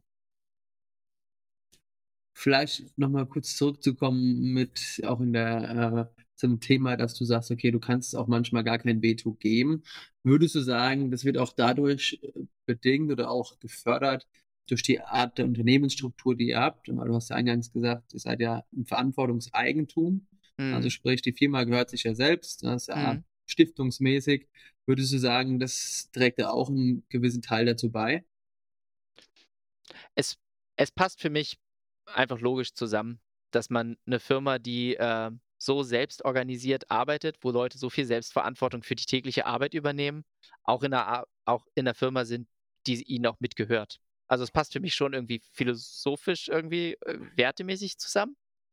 Vielleicht noch mal kurz zurückzukommen mit auch in der äh, zum Thema, dass du sagst: „Okay, du kannst auch manchmal gar kein Veto geben." Würdest du sagen, das wird auch dadurch, äh, bedingt oder auch gefördert durch die Art der Unternehmensstruktur, die ihr habt? Weil du hast ja eingangs gesagt, ihr seid ja 'n Verantwortungseigentum. Also Mhm. sprich, die Firma gehört sich ja selbst, ne? Ist ja Art Mhm. stiftungsmäßig. Würdest du sagen, das trägt da auch 'n gewissen Teil dazu bei? Es es passt für mich einfach logisch zusammen, dass man 'ne Firma, die, äh, so selbstorganisiert arbeitet, wo Leute so viel Selbstverantwortung für die tägliche Arbeit übernehmen, auch in 'ner A auch in 'ner Firma sind, die ihnen auch mitgehört. Also, es passt für mich schon irgendwie philosophisch irgendwie, äh, wertemäßig zusammen.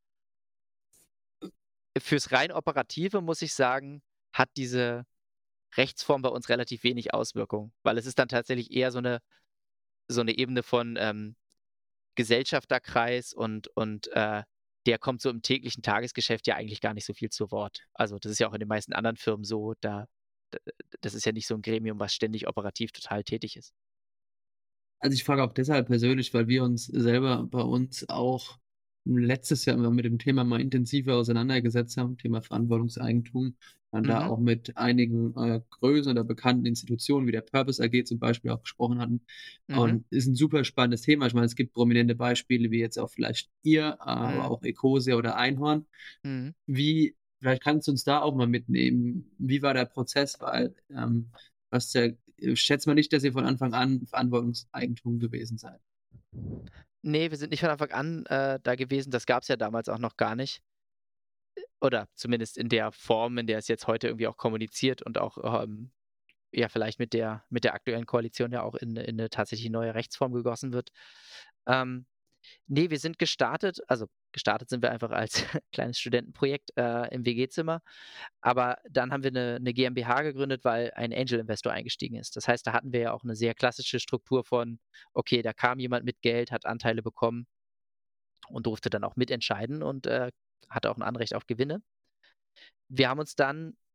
Fürs rein Operative muss ich sagen, hat diese Rechtsform bei uns relativ wenig Auswirkungen, weil es ist dann tatsächlich eher so 'ne so 'ne Ebene von, ähm, Gesellschafterkreis und und, äh, der kommt so im täglichen Tagesgeschäft ja eigentlich gar nicht so viel zu Wort. Also, das ist ja auch in den meisten anderen Firmen so, da d das ist ja nicht so 'n Gremium, was ständig operativ total tätig ist. Also, ich frage auch deshalb persönlich, weil wir uns selber bei uns auch letztes Jahr immer mit dem Thema mal intensiver auseinandergesetzt haben, Thema Verantwortungseigentum. Und da Mhm. auch mit einigen, äh, größeren oder bekannten Institutionen wie der Purpose A G zum Beispiel auch gesprochen hatten. Mhm. Und ist 'n super spannendes Thema. Ich meine, es gibt prominente Beispiele wie jetzt auch vielleicht ihr, aber Mhm. auch Ecosia oder Einhorn. Mhm. Wie vielleicht kannst du uns da auch mal mitnehmen. Wie war der Prozess? Weil, ähm, du hast ja ich schätze mal nicht, dass ihr von Anfang an Verantwortungseigentum gewesen seid. Ne, wir sind nicht von Anfang an, äh, da gewesen. Das gab's ja damals auch noch gar nicht. Oder zumindest in der Form, in der es jetzt heute irgendwie auch kommuniziert und auch, ähm, ja, vielleicht mit der mit der aktuellen Koalition ja auch in in 'ne tatsächlich neue Rechtsform gegossen wird. Ähm, ne, wir sind gestartet also, gestartet sind wir einfach als kleines Studentenprojekt, äh, im WG-Zimmer. Aber dann haben wir 'ne 'ne GmbH gegründet, weil ein Angel-Investor eingestiegen ist. Das heißt, da hatten wir ja auch 'ne sehr klassische Struktur von: Okay, da kam jemand mit Geld, hat Anteile bekommen und durfte dann auch mitentscheiden und, äh, hatte auch 'n Anrecht auf Gewinne. Wir haben uns dann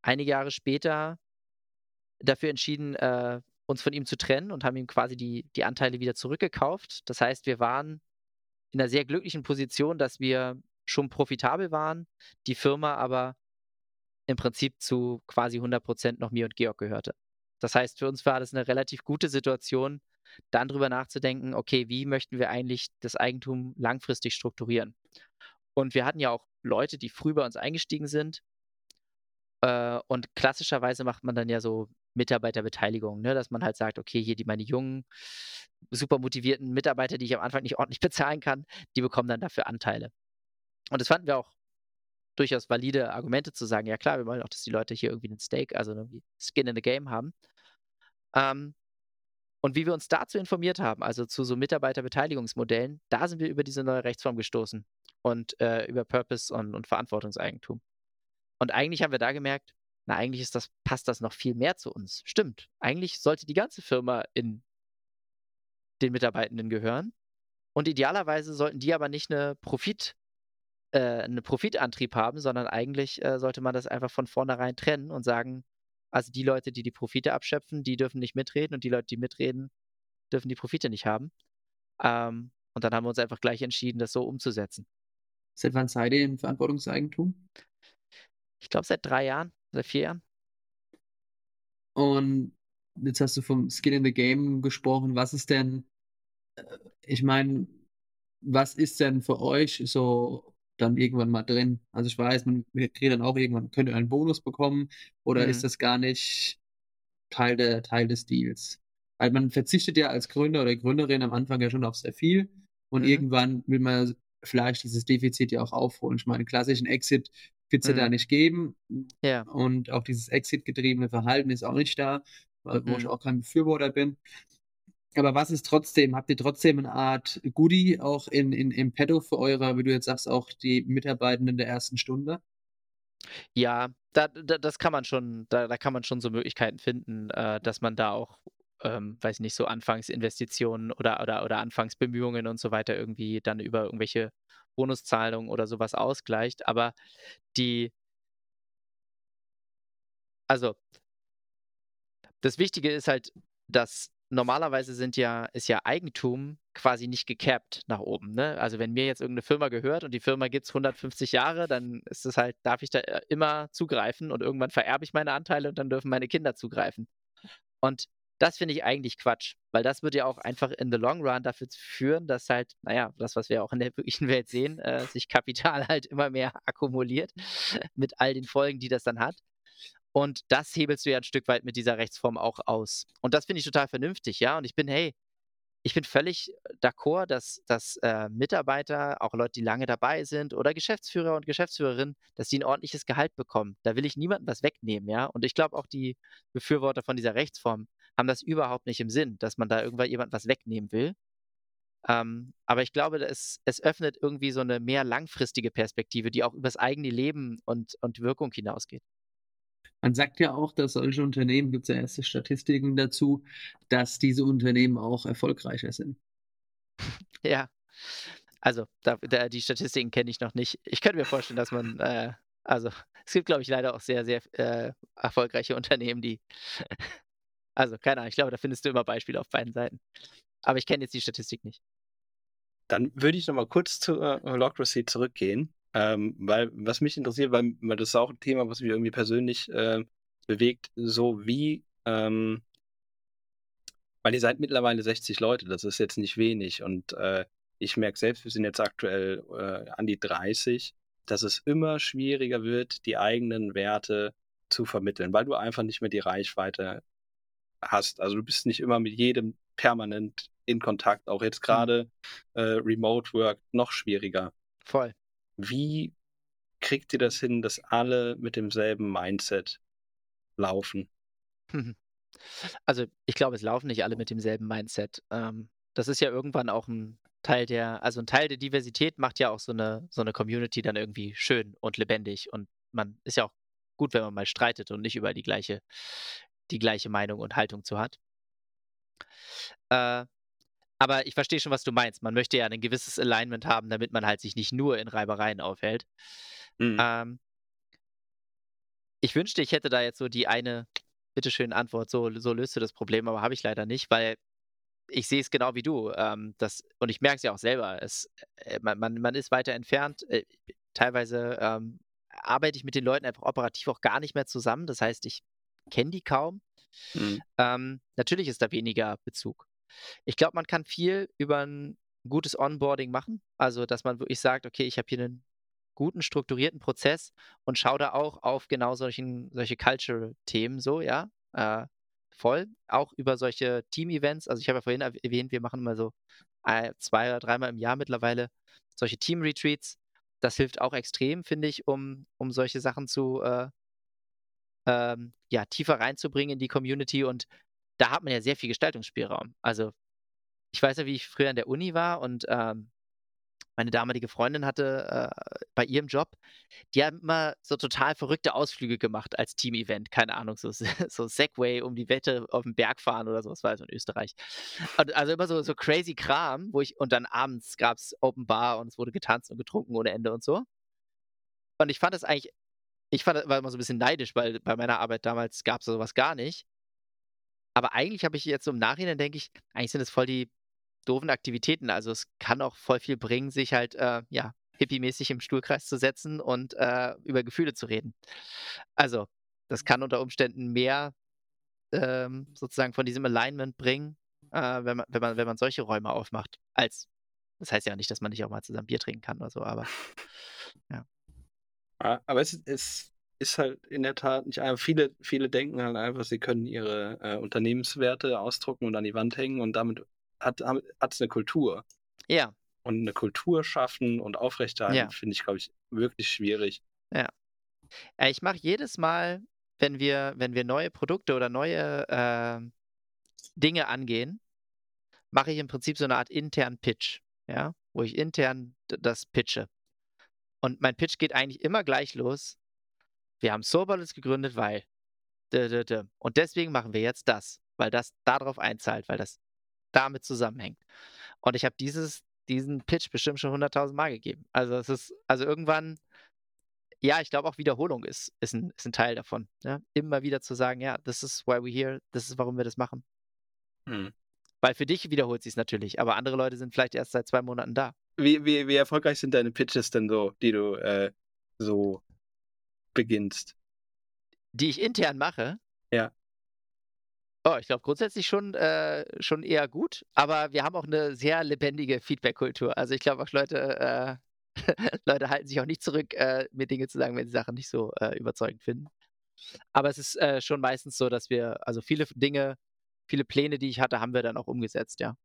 einige Jahre später dafür entschieden, äh, uns von ihm zu trennen und haben ihm quasi die die Anteile wieder zurückgekauft. Das heißt, wir waren in 'ner sehr glücklichen Position, dass wir schon profitabel waren, die Firma aber im Prinzip zu quasi hundert Prozent noch mir und Georg gehörte. Das heißt, für uns war das 'ne relativ gute Situation, dann drüber nachzudenken: „Okay, wie möchten wir eigentlich das Eigentum langfristig strukturieren?“ Und wir hatten ja auch Leute, die früh bei uns eingestiegen sind. Äh, und klassischerweise macht man dann ja so Mitarbeiterbeteiligung, ne, dass man halt sagt: „Okay, hier die meine jungen, super motivierten Mitarbeiter, die ich am Anfang nicht ordentlich bezahlen kann, die bekommen dann dafür Anteile.“ Und das fanden wir auch durchaus valide Argumente zu sagen: „Ja klar, wir wollen auch, dass die Leute hier irgendwie 'nen Stake, also irgendwie Skin in the Game haben.“ Ähm, und wie wir uns dazu informiert haben, also zu so Mitarbeiterbeteiligungsmodellen, da sind wir über diese neue Rechtsform gestoßen und, äh, über Purpose und und Verantwortungseigentum. Und eigentlich haben wir da gemerkt: „Na, eigentlich ist das passt das noch viel mehr zu uns.“ Stimmt, eigentlich sollte die ganze Firma in den Mitarbeitenden gehören und idealerweise sollten die aber nicht 'ne Profit äh, 'nen Profitantrieb haben, sondern eigentlich, äh, sollte man das einfach von vornherein trennen und sagen: „Also die Leute, die die Profite abschöpfen, die dürfen nicht mitreden und die Leute, die mitreden, dürfen die Profite nicht haben.“ Ähm, und dann haben wir uns einfach gleich entschieden, das so umzusetzen. Seit wann seid ihr im Verantwortungseigentum? Ich glaube seit drei Jahren, seit vier Jahren. Und jetzt hast du vom Skin in the Game gesprochen. Was ist denn äh, ich meine, was ist denn für euch so dann irgendwann mal drin? Also, ich weiß, man wir kriegt dann auch irgendwann könnt ihr einen Bonus bekommen oder ist Mhm. das gar nicht Teil der Teil des Deals? Weil man verzichtet ja als Gründer oder Gründerin am Anfang ja schon auf sehr viel und Mhm. irgendwann will man vielleicht dieses Defizit ja auch aufholen. Ich meine, klassischen Exit wird's ja da Mhm. nicht geben Ja. und auch dieses Exit-getriebene Verhalten ist auch nicht da, äh, wo ich Mhm. auch kein Befürworter bin. Aber was ist trotzdem habt ihr trotzdem 'ne Art Goodie auch in in im Petto für eure, wie du jetzt sagst, auch die Mitarbeitenden der ersten Stunde? Ja, da da das kann man schon da da kann man schon so Möglichkeiten finden, äh, dass man da auch, ähm, weiß ich nicht, so Anfangsinvestitionen oder oder oder Anfangsbemühungen und so weiter irgendwie dann über irgendwelche Bonuszahlungen oder so was ausgleicht. Aber die also das Wichtige ist halt, dass normalerweise sind ja ist ja Eigentum quasi nicht gecapped nach oben, ne? Also, wenn mir jetzt irgend 'ne Firma gehört und die Firma gibt's hundertfünfzig Jahre, dann ist es halt darf ich da, äh, immer zugreifen und irgendwann vererbe ich meine Anteile und dann dürfen meine Kinder zugreifen. Und das finde ich eigentlich Quatsch, weil das würde ja auch einfach in the long run dafür z führen, dass halt, na ja, das, was wir auch in der wirklichen Welt sehen, äh, sich Kapital halt immer mehr akkumuliert mit all den Folgen, die das dann hat. Und das hebelst du ja 'n Stück weit mit dieser Rechtsform auch aus. Und das finde ich total vernünftig, ja? Und ich bin hey, ich bin völlig d'accord, dass dass, äh, Mitarbeiter, auch Leute, die lange dabei sind oder Geschäftsführer und Geschäftsführerinnen, dass die 'n ordentliches Gehalt bekommen. Da will ich niemandem was wegnehmen, ja? Und ich glaube auch die Befürworter von dieser Rechtsform haben das überhaupt nicht im Sinn, dass man da irgendwann jemandem was wegnehmen will. Ähm, aber ich glaube, es es öffnet irgendwie so 'ne mehr langfristige Perspektive, die auch übers eigene Leben und und Wirkung hinausgeht. Man sagt ja auch, dass solche Unternehmen gibt's ja erste Statistiken dazu, dass diese Unternehmen auch erfolgreicher sind. Ja. Also, da da die Statistiken kenne ich noch nicht. Ich könnte mir vorstellen, dass man, äh also, es gibt, glaube ich, leider auch sehr, sehr, äh, erfolgreiche Unternehmen, die also, keine Ahnung, ich glaube, da findest du immer Beispiele auf beiden Seiten. Aber ich kenne jetzt die Statistik nicht. Dann würde ich noch mal kurz zur Holacracy zurückgehen, ähm, weil was mich interessiert, weil weil das ist auch 'n Thema, was mich irgendwie persönlich, äh, bewegt, so wie, ähm weil ihr seid mittlerweile sechzig Leute, das ist jetzt nicht wenig und, äh, ich merke selbst, wir sind jetzt aktuell, äh, an die dreißig, dass es immer schwieriger wird, die eigenen Werte zu vermitteln, weil du einfach nicht mehr die Reichweite hast. Also, du bist nicht immer mit jedem permanent in Kontakt, auch jetzt Mhm. grade, äh, Remote Work noch schwieriger. Voll. Wie kriegt ihr das hin, dass alle mit demselben Mindset laufen? Also, ich glaube, es laufen nicht alle mit demselben Mindset. Ähm, das ist ja irgendwann auch 'n Teil der also, 'n Teil der Diversität macht ja auch so 'ne so 'ne Community dann irgendwie schön und lebendig und man ist ja auch gut, wenn man mal streitet und nicht überall die gleiche die gleiche Meinung und Haltung zu hat. Äh, aber ich verstehe schon, was du meinst. Man möchte ja 'nen gewisses Alignment haben, damit man halt sich nicht nur in Reibereien aufhält. Mhm. Ähm ich wünschte, ich hätte da jetzt so die eine bitteschön Antwort, so so löst du das Problem, aber habe ich leider nicht, weil ich sehe es genau wie du. Ähm, das und ich merke es ja auch selber. Es äh, man man man ist weiter entfernt. Äh, teilweise, ähm, arbeite ich mit den Leuten einfach operativ auch gar nicht mehr zusammen. Das heißt, ich kenne die kaum. Mhm. Ähm, natürlich ist da weniger Bezug. Ich glaube, man kann viel über ein gutes Onboarding machen. Also, dass man wirklich sagt: „Okay, ich habe hier einen guten strukturierten Prozess und schaue da auch auf genau solchen solche Cultural-Themen so, ja, äh, voll. Auch über solche Team-Events. Also, ich habe ja vorhin erw erwähnt, wir machen immer so, äh, zwei oder dreimal im Jahr mittlerweile solche Team-Retreats. Das hilft auch extrem, finde ich, um um solche Sachen zu, äh, ähm, ja, tiefer reinzubringen in die Community und da hat man ja sehr viel Gestaltungsspielraum. Also, ich weiß ja, wie ich früher an der Uni war und, ähm, meine damalige Freundin hatte, äh, bei ihrem Job die haben immer so total verrückte Ausflüge gemacht als Teamevent. Keine Ahnung, so so Segway um die Wette auf dem Berg fahren oder so, das war also in Österreich. Und also immer so so crazy Kram, wo ich und dann abends gab's Open Bar und es wurde getanzt und getrunken ohne Ende und so. Und ich fand das eigentlich ich fand war immer so 'n bisschen neidisch, weil bei meiner Arbeit damals gab's so was gar nicht. Aber eigentlich habe ich jetzt so im Nachhinein denke ich, eigentlich sind das voll die doofen Aktivitäten. Also, es kann auch voll viel bringen, sich halt, äh, ja, hippiemäßig im Stuhlkreis zu setzen und, äh, über Gefühle zu reden. Also, das kann unter Umständen mehr, ähm, sozusagen von diesem Alignment bringen, äh, wenn man wenn man wenn man solche Räume aufmacht, als das heißt ja nicht, dass man nicht auch mal zusammen Bier trinken kann oder so, aber ja. Ja, aber es ist es ist halt in der Tat nicht einfach viele viele denken halt einfach, sie können ihre, äh, Unternehmenswerte ausdrucken und an die Wand hängen und damit hat ham hat's 'ne Kultur. Ja, Und 'ne Kultur schaffen und aufrechterhalten, ja, finde ich, glaube ich, wirklich schwierig. ja. Äh, ich mache jedes Mal, wenn wir wenn wir neue Produkte oder neue, ähm, Dinge angehen, mache ich im Prinzip so 'ne Art internen Pitch, ja, wo ich intern d das pitche. Und mein Pitch geht eigentlich immer gleich los: „Wir haben Soberless gegründet, weil d d d und deswegen machen wir jetzt das, weil das da drauf einzahlt, weil das damit zusammenhängt.“ Und ich habe dieses diesen Pitch bestimmt schon hunderttausend Mal gegeben. Also, es ist also, irgendwann ja, ich glaube auch Wiederholung ist ist 'n ist 'n Teil davon, ja? Immer wieder zu sagen: „Ja, this is why we're here, das ist, warum wir das machen.“ Mhm. Weil für dich wiederholt sich's natürlich, aber andere Leute sind vielleicht erst seit zwei Monaten da. Wie wie wie erfolgreich sind deine Pitches denn so, die du, äh, so beginnst? Die ich intern mache? Ja. Oh, ich glaube grundsätzlich schon äh, schon eher gut, aber wir haben auch 'ne sehr lebendige Feedback-Kultur. Also, ich glaube auch Leute äh, Leute halten sich auch nicht zurück, äh, mir Dinge zu sagen, wenn sie Sachen nicht so, äh, überzeugend finden. Aber es ist, äh, schon meistens so, dass wir also, viele f Dinge viele Pläne, die ich hatte, haben wir dann auch umgesetzt, ja.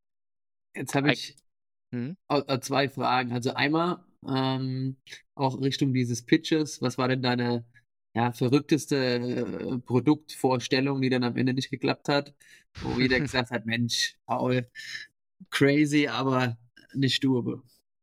Jetzt habe Eig ich mhm. au äh, zwei Fragen. Also einmal, ähm, auch Richtung dieses Pitches. Was war denn deine, ja, verrückteste, äh, Produktvorstellung, die dann am Ende nicht geklappt hat, wo jeder gesagt hat: „Mensch, Paul, crazy, aber nicht doable?“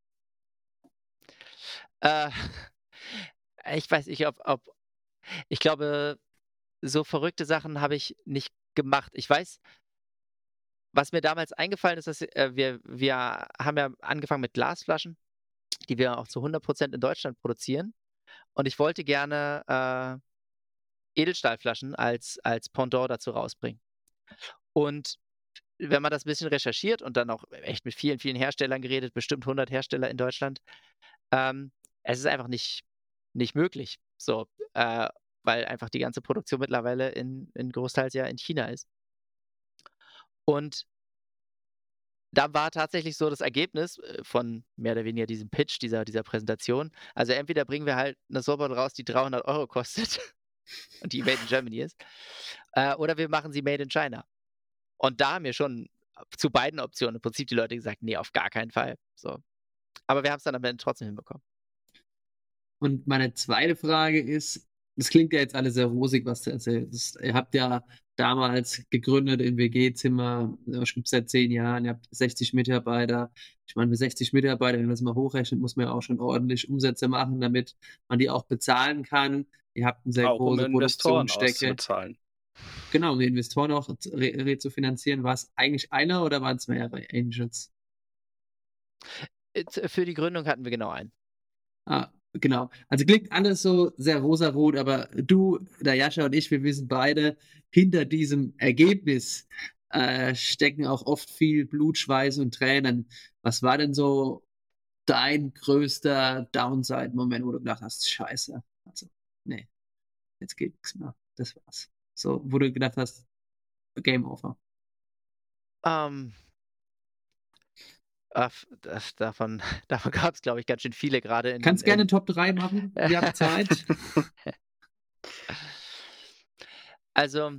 Äh, ich weiß nicht, ob ob ich glaube, so verrückte Sachen habe ich nicht gemacht. Ich weiß was mir damals eingefallen ist, dass, äh, wir wir haben ja angefangen mit Glasflaschen, die wir auch zu hundert Prozent in Deutschland produzieren. Und ich wollte gerne, äh, Edelstahlflaschen als als Pendant dazu rausbringen. Und wenn man das bisschen recherchiert und dann auch echt mit vielen, vielen Herstellern geredet, bestimmt hundert Hersteller in Deutschland, ähm, es ist einfach nicht nicht möglich, so, äh, weil einfach die ganze Produktion mittlerweile in in großteils ja in China ist. Und da war tatsächlich so das Ergebnis, äh, von mehr oder weniger diesem Pitch, dieser dieser Präsentation. Also, entweder bringen wir halt 'ne Sorbonne raus, die dreihundert Euro kostet und die made in Germany ist, äh, oder wir machen sie made in China. Und da haben wir schon zu beiden Optionen im Prinzip die Leute gesagt: „Ne, auf gar keinen Fall“, so. Aber wir haben's dann am Ende trotzdem hinbekommen. Und meine zweite Frage ist, das klingt ja jetzt alles sehr rosig, was du erzählst. Ihr habt ja damals gegründet im W G-Zimmer, euch gibt's seit zehn Jahren, ihr habt sechzig Mitarbeiter. Ich meine, für sechzig Mitarbeiter, wenn man das mal hochrechnet, muss man ja auch schon ordentlich Umsätze machen, damit man die auch bezahlen kann. Ihr habt 'ne sehr Auch um große Investoren Produktionsstecke. auszubezahlen. Genau, um die Investoren auch z re rezufinanzieren. War's eigentlich einer oder waren's mehrere Angels? Äh, z für die Gründung hatten wir genau einen. Ah, Genau. Also klingt alles so sehr rosarot, aber du, der Jascha und ich, wir wissen beide, hinter diesem Ergebnis äh, stecken auch oft viel Blut, Schweiß und Tränen. Was war denn so dein größter Downside-Moment, wo du gedacht hast, scheiße, also, nee, jetzt geht nichts mehr. Das war's. So, wo du gedacht hast, Game over. Ähm, ah, f das davon davon gab's, glaube ich, ganz schön viele gerade in Kannst gerne in Top drei machen. Wir haben Zeit. Also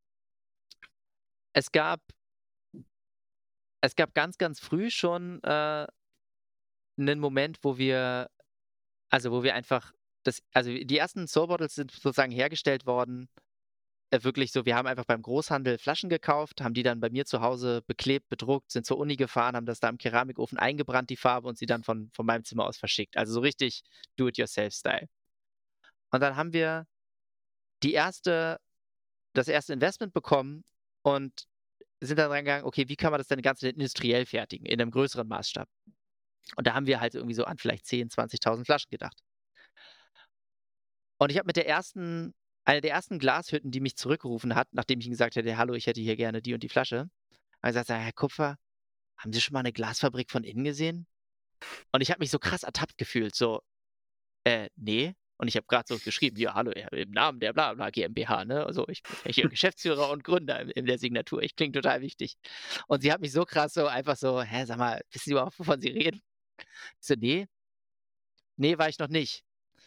es gab es gab ganz, ganz früh schon, äh 'nen Moment, wo wir also, wo wir einfach das also, die ersten Soul Bottles sind sozusagen hergestellt worden, äh, wirklich so wir haben einfach beim Großhandel Flaschen gekauft, haben die dann bei mir zu Hause beklebt, bedruckt, sind zur Uni gefahren, haben das da im Keramikofen eingebrannt, die Farbe, und sie dann von von meinem Zimmer aus verschickt. Also, so richtig Do-it-yourself-Style. Und dann haben wir die erste das erste Investment bekommen und sind dann rangegangen: „Okay, wie kann man das denn ganz industriell fertigen in 'nem größeren Maßstab?“ Und da haben wir halt irgendwie so an vielleicht zehn, zwanzigtausend Flaschen gedacht. Und ich habe mit der ersten einer der ersten Glashütten, die mich zurückgerufen hat, nachdem ich ihm gesagt hätte: „Hallo, ich hätte hier gerne die und die Flasche.“ Habe ich gesagt: „Sag Herr Kupfer, haben Sie schon mal 'ne Glasfabrik von innen gesehen?“ Und ich habe mich so krass ertappt gefühlt, so: „Äh, ne.“ Und ich habe grad so geschrieben: „Ja, hallo, ja, im Namen der bla bla GmbH, ne? Also, ich bin ja hier Geschäftsführer und Gründer in in der Signatur. Ich klinge total wichtig.“ Und sie hat mich so krass so einfach so: „Hä, sag mal, wissen Sie überhaupt, wovon Sie reden?“ Ich so: „Ne, ne, war ich noch nicht.“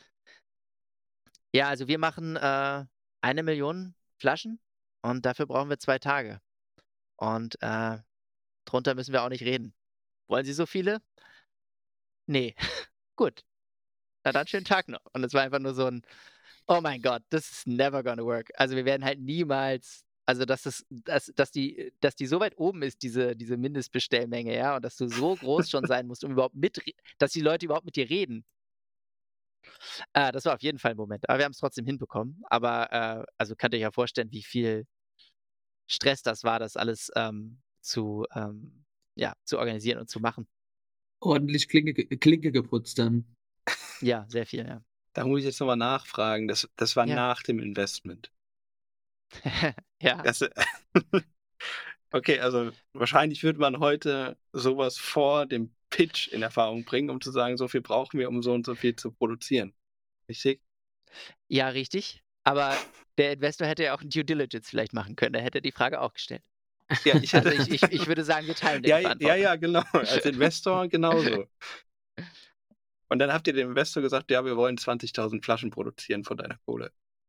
„Ja, also wir machen, äh, eine Million Flaschen und dafür brauchen wir zwei Tage. Und, äh, drunter müssen wir auch nicht reden. Wollen Sie so viele?“ „Ne.“ „Gut, na dann schönen Tag noch.“ Und es war einfach nur so 'n: „Oh mein Gott, this is never gonna work.“ Also, wir werden halt niemals also, dass es dass dass die dass die so weit oben ist, diese diese Mindestbestellmenge, ja, und dass du so groß schon sein musst, um überhaupt mitre dass die Leute überhaupt mit dir reden. Äh, das war auf jeden Fall 'n Moment, aber wir haben's trotzdem hinbekommen. Aber, äh, also, könnt ihr euch ja vorstellen, wie viel Stress das war, das alles, ähm, zu ähm, ja, zu organisieren und zu machen. Ordentlich Klinke ge Klinke geputzt dann. Ja, sehr viel, ja. Da muss ich jetzt noch mal nachfragen. Das das war Ja. nach dem Investment? Ja. Das, äh okay, also, wahrscheinlich würde man heute so was vor dem Pitch in Erfahrung bringen, um zu sagen: „So viel brauchen wir, um so und so viel zu produzieren.“ Richtig? Ja, richtig. Aber der Investor hätte ja auch 'n Due Diligence vielleicht machen können. Der hätte die Frage auch gestellt. Ja, ich hätte Also, ich ich ich würde sagen, wir teilen da ja, die ja, Verantwortung. ja, genau. Als Investor genauso. Und dann habt ihr dem Investor gesagt: „Ja, wir wollen zwanzigtausend Flaschen produzieren von deiner Kohle.“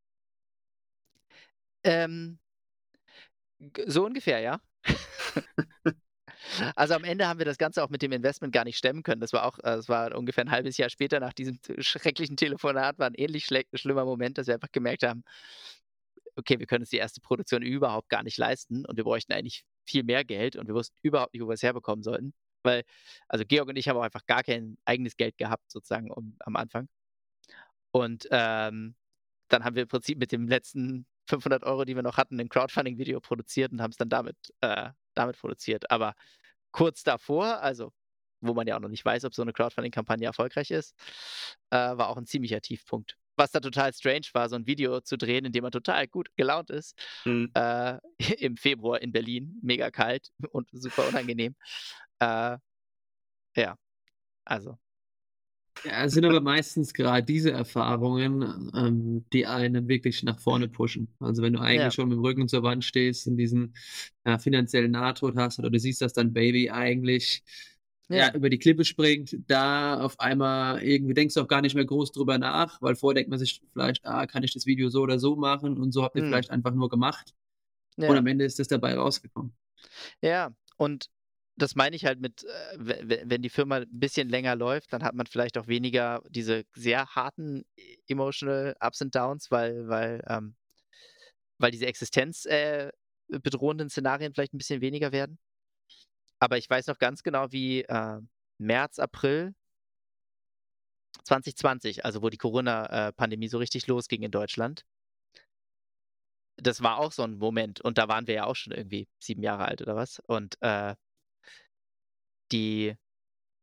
Ähm g so ungefähr, ja. Also, am Ende haben wir das Ganze auch mit dem Investment gar nicht stemmen können. Das war auch äh, das war ungefähr 'n halbes Jahr später nach diesem t schrecklichen Telefonat war 'n ähnlich schlä schlimmer Moment, dass wir einfach gemerkt haben: „Okay, wir können uns die erste Produktion überhaupt gar nicht leisten und wir bräuchten eigentlich viel mehr Geld.“ Und wir wussten überhaupt nicht, wo wir's herbekommen sollten. Weil also, Georg und ich haben auch einfach gar kein eigenes Geld gehabt sozusagen um am Anfang. Und, ähm, dann haben wir im Prinzip mit dem letzten fünfhundert Euro, die wir noch hatten, 'nen Crowdfunding-Video produziert und haben's dann damit äh, damit produziert. Aber kurz davor, also, wo man ja auch noch nicht weiß, ob so 'ne Crowdfunding-Kampagne erfolgreich ist, äh, war auch 'n ziemlicher Tiefpunkt. Was dann total strange war, so 'n Video zu drehen, in dem man total gut gelaunt ist, Mhm. äh, im Februar in Berlin, mega kalt und super unangenehm. Äh, ja, also Ja, es sind aber meistens grad diese Erfahrungen, ähm, die einen wirklich nach vorne pushen. Also, wenn du eigentlich Ja. schon mit'm Rücken zur Wand stehst, in diesen, ja, finanziellen Nahtod hast oder du siehst, dass dein Baby eigentlich, ja, Ja. über die Klippe springt, da auf einmal irgendwie denkst du auch gar nicht mehr groß drüber nach, weil vorher denkt man sich vielleicht: „Ah, kann ich das Video so oder so machen?“ Und so habt ihr Mhm. vielleicht einfach nur gemacht und Ja. am Ende ist das dabei rausgekommen. Ja, und das meine ich halt mit, äh, we we wenn die Firma 'n bisschen länger läuft, dann hat man vielleicht auch weniger diese sehr harten e emotional Ups and Downs, weil weil, ähm weil diese Existenz äh, bedrohenden Szenarien vielleicht 'n bisschen weniger werden. Aber ich weiß noch ganz genau, wie, äh, März, April zwanzig zwanzig, also, wo die Corona, äh, Pandemie so richtig losging in Deutschland das war auch so 'n Moment und da waren wir ja auch schon irgendwie sieben Jahre alt oder was und, äh die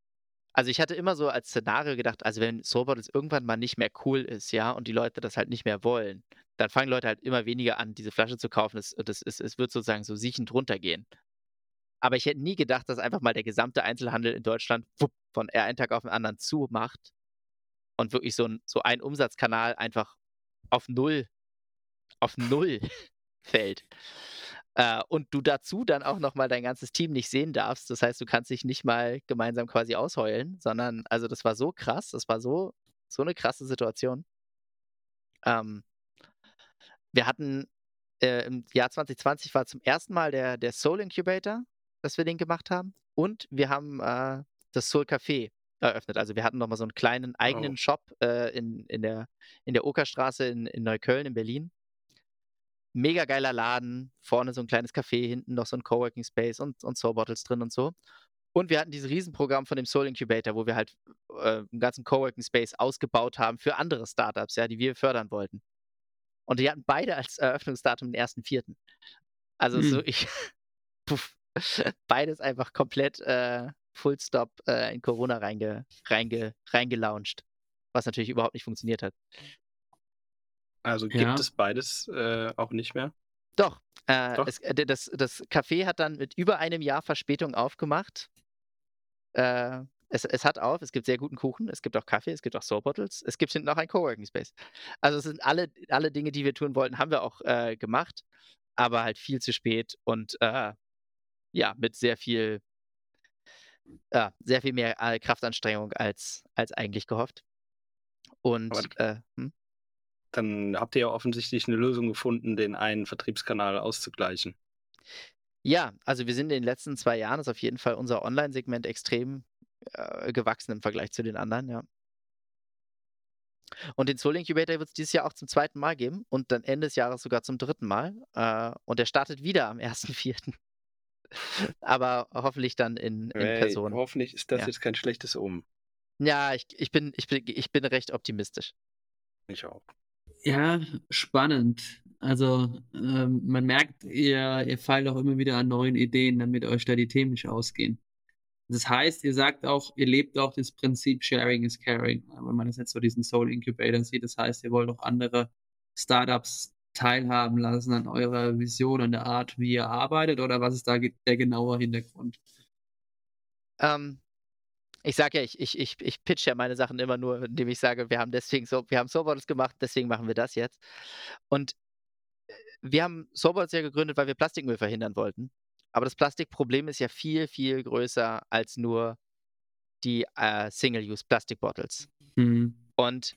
Also, ich hatte immer so als Szenario gedacht, also, wenn Soul Bottles irgendwann mal nicht mehr cool ist, ja, und die Leute das halt nicht mehr wollen, dann fangen Leute halt immer weniger an, diese Flasche zu kaufen. Es das es es wird sozusagen so siechend runtergehen. Aber ich hätte nie gedacht, dass einfach mal der gesamte Einzelhandel in Deutschland wupp von äh, einen Tag auf den anderen zumacht und wirklich so 'n so ein Umsatzkanal einfach auf null auf null fällt. Äh, und du dazu dann auch noch mal dein ganzes Team nicht sehen darfst. Das heißt, du kannst dich nicht mal gemeinsam quasi ausheulen, sondern also, das war so krass, das war so so 'ne krasse Situation. Ähm, wir hatten äh, im Jahr zwanzig zwanzig war zum ersten Mal der der Soul Incubator, dass wir den gemacht haben und wir haben, äh, das Soul Café eröffnet. Also, wir hatten noch mal so 'n kleinen Oh. eigenen Shop, äh, in in der in der Okerstraße in in Neukölln in Berlin. Mega geiler Laden, vorne so 'n kleines Café, hinten noch so 'n Coworking Space und und Soul Bottles drin und so. Und wir hatten dieses Riesenprogramm von dem Soul Incubator, wo wir halt, äh, 'n ganzen Coworking Space ausgebaut haben für andere Startups, ja, die wir fördern wollten. Und die hatten beide als Eröffnungsdatum den ersten vierten Also, es ist Mhm. wirklich puff, beides einfach komplett, äh, Full Stop, äh, in Corona reinge reinge reingelauncht, was natürlich überhaupt nicht funktioniert hat. Also, gibt Ja. es beides, äh, auch nicht mehr? Doch, äh, Doch? es äh, d das das Café hat dann mit über einem Jahr Verspätung aufgemacht. Äh, es es hat auf, es gibt sehr guten Kuchen, es gibt auch Kaffee, es gibt auch Soul Bottles, es gibt hinten auch ein Coworking Space. Also, es sind alle alle Dinge, die wir tun wollten, haben wir auch, äh, gemacht, aber halt viel zu spät und, äh, ja, mit sehr viel ja, sehr viel mehr, äh, Kraftanstrengung als als eigentlich gehofft. Aber Und, d äh mhm. dann habt ihr ja offensichtlich 'ne Lösung gefunden, den einen Vertriebskanal auszugleichen. Ja, also wir sind in den letzten zwei Jahren ist auf jeden Fall unser Onlinesegment extrem, äh, gewachsen im Vergleich zu den anderen, ja. Und den Soul Incubator wird's dieses Jahr auch zum zweiten Mal geben und dann Ende des Jahres sogar zum dritten Mal. Äh, und der startet wieder am ersten vierten Aber hoffentlich dann in in Ey, Person, hoffentlich ist das ja. jetzt kein schlechtes Omen. Ja, ich ich bin ich bin ich bin recht optimistisch. Ich auch. Ja, spannend. Also, ähm, man merkt, ihr ihr feilt auch immer wieder an neuen Ideen, damit euch da die Themen nicht ausgehen. Das heißt, ihr sagt auch ihr lebt auch das Prinzip Sharing is Caring, äh, wenn man das jetzt so diesen Soul Incubator sieht. Das heißt, ihr wollt auch andere Startups teilhaben lassen an eurer Vision, an der Art, wie ihr arbeitet oder was ist da ge der genaue Hintergrund? Ähm, ich sage ja, ich ich ich ich pitche ja meine Sachen immer nur, indem ich sage: „Wir haben deswegen so wir haben Soul Bottles gemacht, deswegen machen wir das jetzt.“ Und, äh, wir haben Soul Bottles ja gegründet, weil wir Plastikmüll verhindern wollten. Aber das Plastikproblem ist ja viel, viel größer als nur die, äh, Single-Use Plastic Bottles. Mhm. Und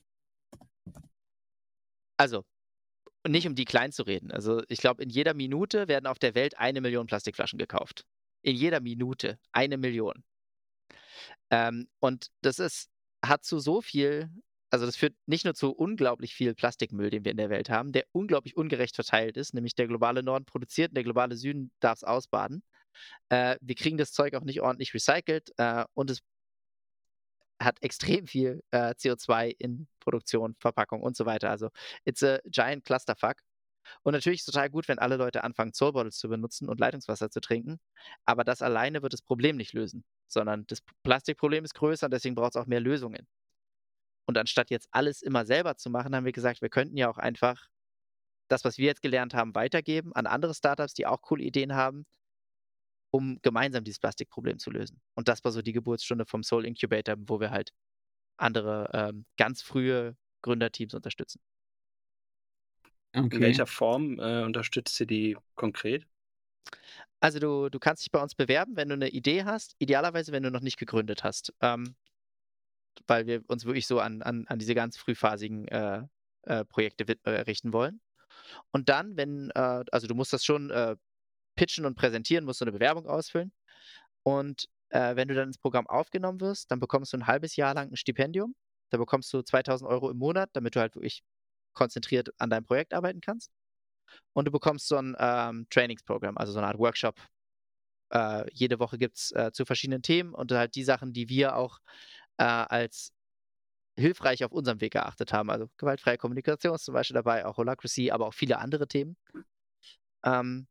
also, nicht um die kleinzureden. Also, ich glaube, in jeder Minute werden auf der Welt eine Million Plastikflaschen gekauft. In jeder Minute eine Million. Ähm, und das ist hat zu so viel also, das führt nicht nur zu unglaublich viel Plastikmüll, den wir in der Welt haben, der unglaublich ungerecht verteilt ist, nämlich der globale Norden produziert und der globale Süden darf's ausbaden. Äh, wir kriegen das Zeug auch nicht ordentlich recycelt, äh, und es hat extrem viel, äh, C O zwei in Produktion, Verpackung und so weiter. Also, it's a giant clusterfuck. Und natürlich ist total gut, wenn alle Leute anfangen, Soul Bottles zu benutzen und Leitungswasser zu trinken, aber das alleine wird das Problem nicht lösen, sondern das P Plastikproblem ist größer und deswegen braucht's auch mehr Lösungen. Und anstatt jetzt alles immer selber zu machen, haben wir gesagt, wir könnten ja auch einfach das, was wir jetzt gelernt haben, weitergeben an andere Startups, die auch coole Ideen haben um gemeinsam dieses Plastikproblem zu lösen. Und das war so die Geburtsstunde vom Soul Incubator, wo wir halt andere, ähm, ganz frühe Gründerteams unterstützen. In Okay. welcher Form, äh, unterstützt ihr die konkret? Also, du du kannst dich bei uns bewerben, wenn du 'ne Idee hast, idealerweise, wenn du noch nicht gegründet hast, ähm, weil wir uns wirklich so an an an diese ganz frühphasigen, äh, äh, Projekte wid äh, richten wollen. Und dann, wenn, äh also, du musst das schon, äh, pitchen und präsentieren, musst du 'ne Bewerbung ausfüllen. Und, äh, wenn du dann ins Programm aufgenommen wirst, dann bekommst du 'n halbes Jahr lang 'n Stipendium. Da bekommst du zweitausend Euro im Monat, damit du halt wirklich konzentriert an deinem Projekt arbeiten kannst. Und du bekommst so 'n, ähm, Trainingsprogramm, also so 'ne Art Workshop. Äh, jede Woche gibt's, äh, zu verschiedenen Themen und halt die Sachen, die wir auch, äh, als hilfreich auf unserem Weg erachtet haben. Also, gewaltfreie Kommunikation ist zum Beispiel dabei, auch Holacracy, aber auch viele andere Themen. Ähm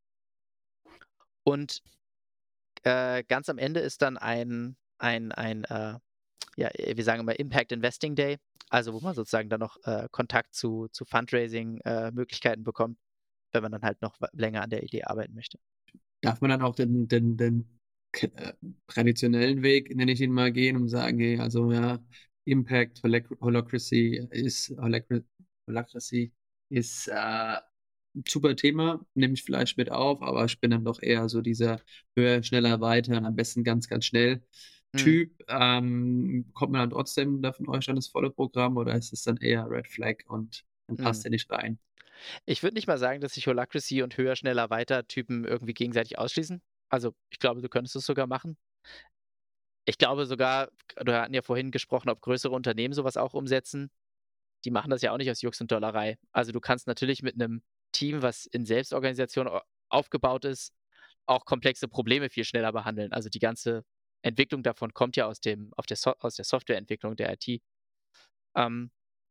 und, äh, ganz am Ende ist dann ein ein ein, äh ja, äh, wir sagen immer Impact Investing Day, also wo man sozusagen dann noch äh, Kontakt zu, zu Fundraising-Möglichkeiten bekommt, wenn man dann halt noch wa- länger an der Idee arbeiten möchte. Darf man dann auch den den den k äh, traditionellen Weg, nenne ich ihn mal, gehen und sagen: „Hey, also, ja, Impact, Holac Holacracy ist Holacra Holacracy ist, äh, 'n super Thema, nehme ich vielleicht mit auf, aber ich bin dann doch eher so dieser höher, schneller, weiter und am besten ganz, ganz schnell Hm. Typ.“ Ähm, bekommt man dann trotzdem da von euch dann das volle Programm oder ist es dann eher Red Flag und dann Hm. passt ihr nicht rein? Ich würde nicht mal sagen, dass sich Holacracy und höher, schneller, weiter Typen irgendwie gegenseitig ausschließen. Also ich glaube, du könntest es sogar machen. Ich glaube sogar, wir hatten ja vorhin gesprochen, ob größere Unternehmen sowas auch umsetzen. Die machen das ja auch nicht aus Jux und Dollerei. Also du kannst natürlich mit einem Team, was in Selbstorganisation au- aufgebaut ist, auch komplexe Probleme viel schneller behandeln. Also die ganze Entwicklung davon kommt ja aus dem, auf der so aus der Softwareentwicklung der I T. Ähm,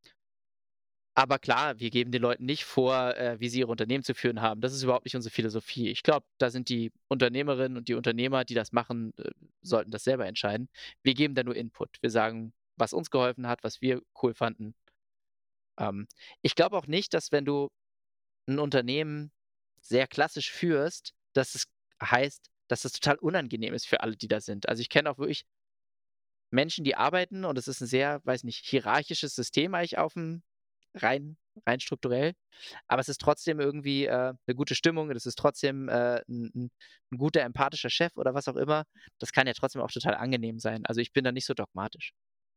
aber klar, wir geben den Leuten nicht vor, äh, wie sie ihre Unternehmen zu führen haben. Das ist überhaupt nicht unsere Philosophie. Ich glaube, da sind die Unternehmerinnen und die Unternehmer, die das machen, äh, sollten das selber entscheiden. Wir geben da nur Input. Wir sagen, was uns geholfen hat, was wir cool fanden. Ähm, ich glaube auch nicht, dass wenn du ein Unternehmen sehr klassisch führst, dass es heißt, dass das total unangenehm ist für alle, die da sind. Also, ich kenne auch wirklich Menschen, die arbeiten und es ist ein sehr, weiß nicht, hierarchisches System eigentlich auf'm rein rein strukturell, aber es ist trotzdem irgendwie, äh, 'ne gute Stimmung. Es ist trotzdem, äh, 'n 'n 'n guter, empathischer Chef oder was auch immer. Das kann ja trotzdem auch total angenehm sein. Also, ich bin da nicht so dogmatisch.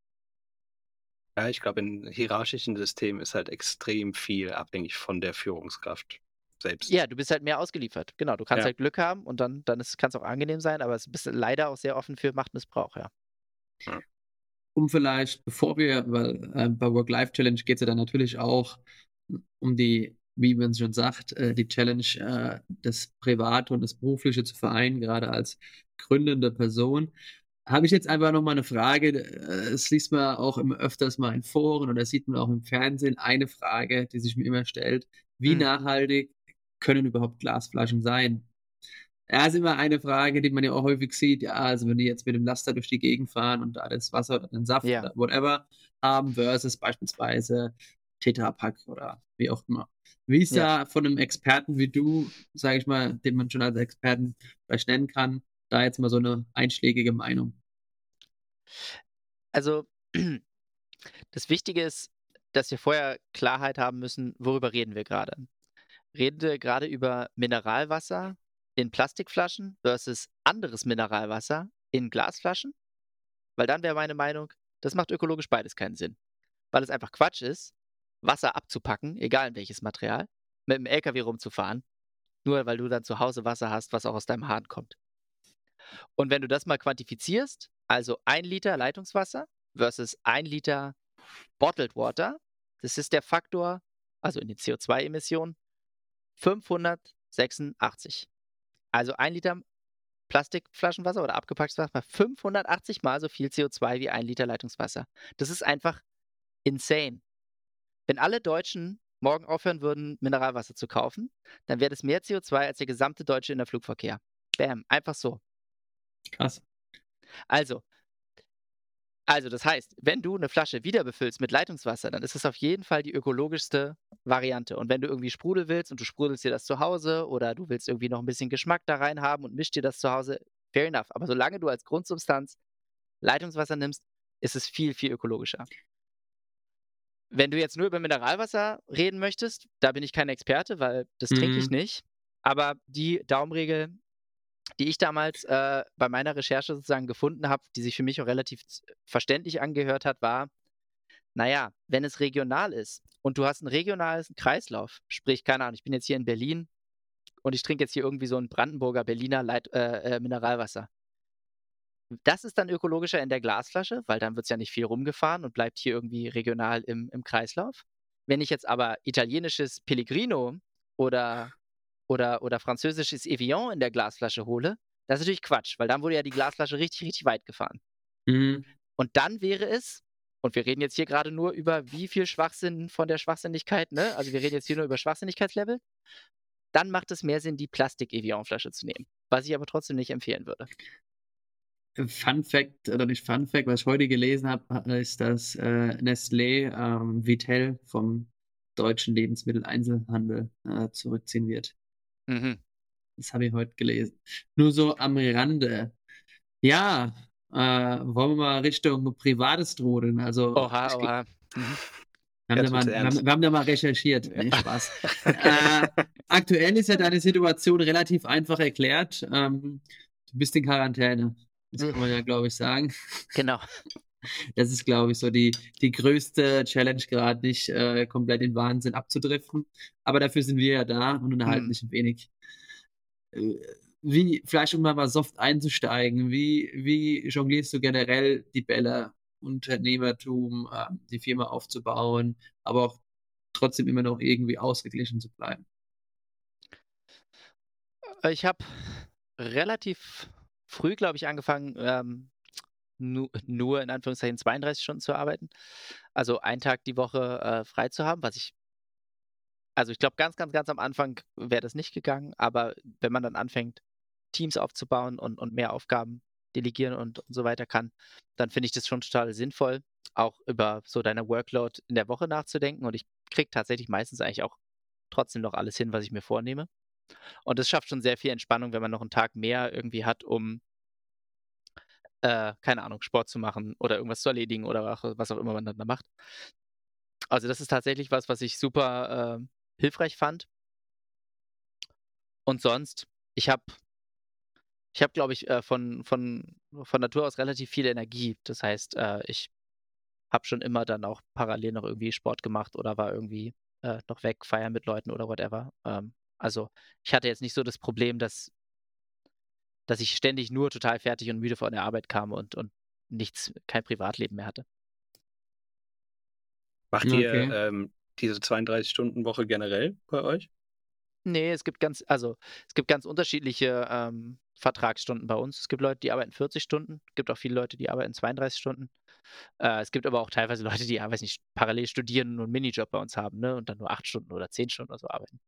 Ja, ich glaube, in hierarchischen Systemen ist halt extrem viel abhängig von der Führungskraft Ja, selbst. du bist halt mehr ausgeliefert. Genau, du kannst Ja. halt Glück haben und dann dann kann's auch angenehm sein, aber es bist leider auch sehr offen für Machtmissbrauch, ja. Ja. Um vielleicht, bevor wir weil, äh, bei Work-Life-Challenge geht es ja dann natürlich auch um die, wie man schon sagt, äh, die Challenge, äh, das Private und das Berufliche zu vereinen, gerade als gründende Person. Habe ich jetzt einfach noch mal 'ne Frage, äh, es liest man auch immer öfters mal in Foren oder sieht man auch im Fernsehen. Eine Frage, die sich mir immer stellt: Wie Mhm. nachhaltig können überhaupt Glasflaschen sein? Ja, ist immer eine Frage, die man ja auch häufig sieht. Ja, also wenn die jetzt mit dem Laster durch die Gegend fahren und da das Wasser oder den Saft Ja. oder whatever haben versus beispielsweise Tetra Pak oder wie auch immer. Wie ist Ja. da von 'nem Experten wie du, sage ich mal, den man schon als Experten vielleicht nennen kann, da jetzt mal so 'ne einschlägige Meinung? Also, das Wichtige ist, dass wir vorher Klarheit haben müssen, worüber reden wir grade? Reden wir grade über Mineralwasser in Plastikflaschen versus anderes Mineralwasser in Glasflaschen? Weil dann wäre meine Meinung, das macht ökologisch beides keinen Sinn, weil es einfach Quatsch ist, Wasser abzupacken, egal in welches Material, mit 'm L K W rumzufahren, nur weil du dann zu Hause Wasser hast, was auch aus deinem Hahn kommt. Und wenn du das mal quantifizierst, also ein Liter Leitungswasser versus ein Liter Bottled Water, das ist der Faktor, also in den C O zwei Emissionen, fünfhundertsechsundachtzig. Also ein Liter Plastikflaschenwasser oder abgepacktes Wasser macht fünfhundertachtzig Mal so viel C O zwei wie ein Liter Leitungswasser. Das ist einfach insane. Wenn alle Deutschen morgen aufhören würden, Mineralwasser zu kaufen, dann wäre das mehr C O zwei als der gesamte deutsche Innerflugverkehr. Bam, einfach so. Krass. Also Also, das heißt, wenn du eine Flasche wieder befüllst mit Leitungswasser, dann ist es auf jeden Fall die ökologischste Variante. Und wenn du irgendwie Sprudel willst und du sprudelst dir das zu Hause oder du willst irgendwie noch ein bisschen Geschmack da rein haben und mischst dir das zu Hause, fair enough. Aber solange du als Grundsubstanz Leitungswasser nimmst, ist es viel, viel ökologischer. Wenn du jetzt nur über Mineralwasser reden möchtest, da bin ich kein Experte, weil das trinke ich Mhm. nicht. Aber die Daumenregel, die ich damals, äh, bei meiner Recherche sozusagen gefunden habe, die sich für mich auch relativ z verständlich angehört hat, war: Na ja, wenn es regional ist und du hast 'n regionalen Kreislauf, sprich, keine Ahnung, ich bin jetzt hier in Berlin und ich trinke jetzt hier irgendwie so 'n Brandenburger Berliner Leit äh, äh, Mineralwasser. Das ist dann ökologischer in der Glasflasche, weil dann wird's ja nicht viel rumgefahren und bleibt hier irgendwie regional im im Kreislauf. Wenn ich jetzt aber italienisches Pellegrino oder oder oder französisches Evian in der Glasflasche hole, das ist natürlich Quatsch, weil dann wurde ja die Glasflasche richtig, richtig weit gefahren. Mhm. Und dann wäre es und wir reden jetzt hier grade nur über wie viel Schwachsinn von der Schwachsinnigkeit, ne? Also, wir reden jetzt hier nur über Schwachsinnigkeitslevel. Dann macht es mehr Sinn, die Plastik-Evian-Flasche zu nehmen, was ich aber trotzdem nicht empfehlen würde. Fun Fact oder nicht Fun Fact, was ich heute gelesen habe, ist, dass äh, Nestlé ähm, Vitell vom deutschen Lebensmitteleinzelhandel äh, zurückziehen wird. Mhm. Das habe ich heute gelesen. Nur so am Rande. Ja, äh, wollen wir mal Richtung Privates trudeln. Also Oha, es geht, oha. Mhm. wir haben, da Jetzt mal, wird's wir, haben, ernst. wir haben da mal recherchiert. Nee, Spaß. äh, aktuell ist ja deine Situation relativ einfach erklärt. Ähm, du bist in Quarantäne. Das kann man ja, glaube ich, sagen. Genau. Das ist, glaube ich, so die, die größte Challenge gerade, nicht äh, komplett in Wahnsinn abzudriften. Aber dafür sind wir ja da und unterhalten Hm. dich ein wenig. Äh, Wie, vielleicht um mal mal soft einzusteigen, wie, wie jonglierst du generell die Bälle, Unternehmertum, äh, die Firma aufzubauen, aber auch trotzdem immer noch irgendwie ausgeglichen zu bleiben? Äh, Ich habe relativ früh, glaube ich, angefangen, ähm, nu nur in Anführungszeichen zweiunddreißig Stunden zu arbeiten. Also einen Tag die Woche äh, frei zu haben, was ich also ich glaube, ganz, ganz, ganz am Anfang wäre das nicht gegangen, aber wenn man dann anfängt, Teams aufzubauen und und mehr Aufgaben delegieren und und so weiter kann, dann finde ich das schon total sinnvoll, auch über so deine Workload in der Woche nachzudenken und ich kriege tatsächlich meistens eigentlich auch trotzdem noch alles hin, was ich mir vornehme. Und es schafft schon sehr viel Entspannung, wenn man noch einen Tag mehr irgendwie hat, um, äh, keine Ahnung, Sport zu machen oder irgendwas zu erledigen oder auch was auch immer man dann da macht. Also, das ist tatsächlich was, was ich super, ähm, hilfreich fand. Und sonst, ich habe ich habe, glaube ich, äh, von von von Natur aus relativ viel Energie. Das heißt, äh, ich habe schon immer dann auch parallel noch irgendwie Sport gemacht oder war irgendwie, äh, noch weg, feiern mit Leuten oder whatever. Ähm, also, ich hatte jetzt nicht so das Problem, dass dass ich ständig nur total fertig und müde von der Arbeit kam und und nichts kein Privatleben mehr hatte. Macht ihr Okay. ähm, diese zweiunddreißig-Stunden-Woche generell bei euch? Ne, es gibt ganz also, es gibt ganz unterschiedliche, ähm, Vertragsstunden bei uns. Es gibt Leute, die arbeiten vierzig Stunden, gibt auch viele Leute, die arbeiten zweiunddreißig Stunden. Äh, es gibt aber auch teilweise Leute, die, ja, weiß nicht, parallel studieren und 'n Minijob bei uns haben, ne, und dann nur acht Stunden oder zehn Stunden oder so arbeiten.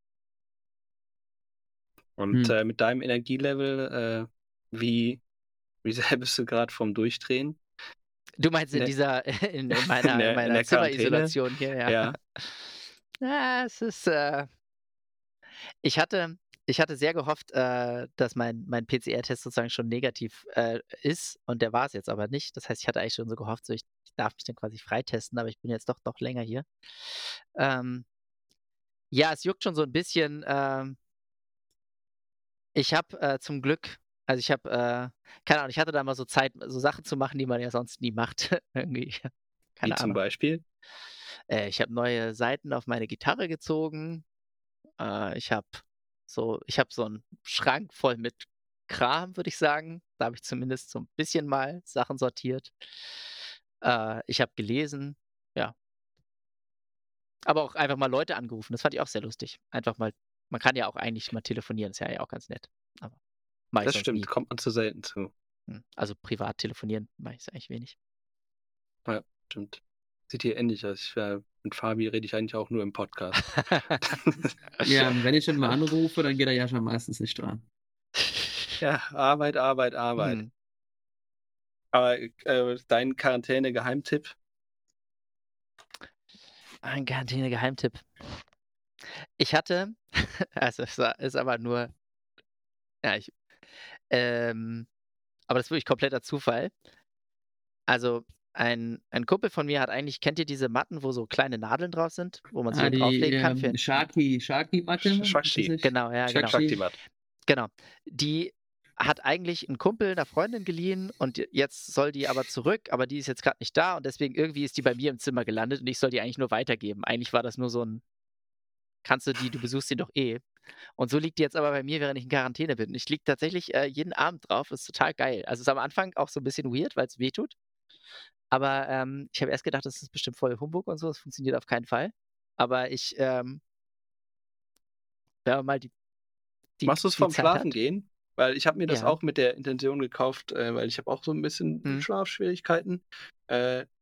Und Hm. äh, mit deinem Energielevel, äh, wie, wie sehr bist du gerade vom Durchdrehen Du meinst in in der, dieser in in in meiner in der, in meiner der Quarantäne? Zimmerisolation hier, ja. Ja, Ja, es ist, äh ich hatte ich hatte sehr gehofft, äh, dass mein mein P C R-Test sozusagen schon negativ, äh, ist und der war es jetzt aber nicht. Das heißt, ich hatte eigentlich schon so gehofft, so ich ich darf mich dann quasi freitesten, aber ich bin jetzt doch noch länger hier. Ähm, ja, es juckt schon so 'n bisschen. Ähm, ich habe, äh, zum Glück also, ich habe, äh keine Ahnung, ich hatte da mal so Zeit, so Sachen zu machen, die man ja sonst nie macht irgendwie. wie Keine zum Ahnung. Beispiel? Äh, ich habe neue Saiten auf meine Gitarre gezogen. Äh, ich habe so ich habe so 'n Schrank voll mit Kram, würde ich sagen. Da habe ich zumindest so 'n bisschen mal Sachen sortiert. Äh, ich habe gelesen, ja. Aber auch einfach mal Leute angerufen. Das fand ich auch sehr lustig. Einfach mal man kann ja auch eigentlich mal telefonieren, ist ja eigentlich auch ganz nett. Aber mache ich Das sonst stimmt, nie. kommt man zu selten zu. Mhm. Also, privat telefonieren mache ich eigentlich wenig. Ja, stimmt. Sieht hier ähnlich aus. Ich, äh, mit Fabi rede ich eigentlich auch nur im Podcast. Ja, wenn ich schon mal anrufe, dann geht er ja schon meistens nicht dran. Ja, Arbeit, Arbeit, Arbeit. Mhm. Aber äh, dein Quarantäne-Geheimtipp? Ein Quarantäne-Geheimtipp. Ich hatte also, es war ist aber nur ja, ich ähm, aber das ist wirklich kompletter Zufall. Also, ein ein Kumpel von mir hat eigentlich kennt ihr diese Matten, wo so kleine Nadeln drauf sind, wo man Ah, so die drauflegen kann für ähm, 'n Sharky Sh Sharky-Matte, ist das Shakti. nicht? genau, ja, genau. Shakti? Shakti-Matt. Genau. Die hat eigentlich 'n Kumpel 'ner Freundin geliehen und j jetzt soll die aber zurück, aber die ist jetzt grad nicht da und deswegen irgendwie ist die bei mir im Zimmer gelandet und ich soll die eigentlich nur weitergeben. Eigentlich war das nur so 'n: „Kannst du die du besuchst ihn doch eh.“ Und so liegt die jetzt aber bei mir, während ich in Quarantäne bin. Ich liege tatsächlich, äh, jeden Abend drauf, ist total geil. Also, ist am Anfang auch so 'n bisschen weird, weil's wehtut, aber, ähm, ich habe erst gedacht, das ist bestimmt voll Humbug und so, das funktioniert auf keinen Fall. Aber ich, ähm wenn man mal die die Machst du's die vorm Zeit hat Schlafengehen? Weil ich habe mir das ja. auch mit der Intention gekauft, äh, weil ich habe auch so 'n bisschen Mhm. Schlafschwierigkeiten. Äh,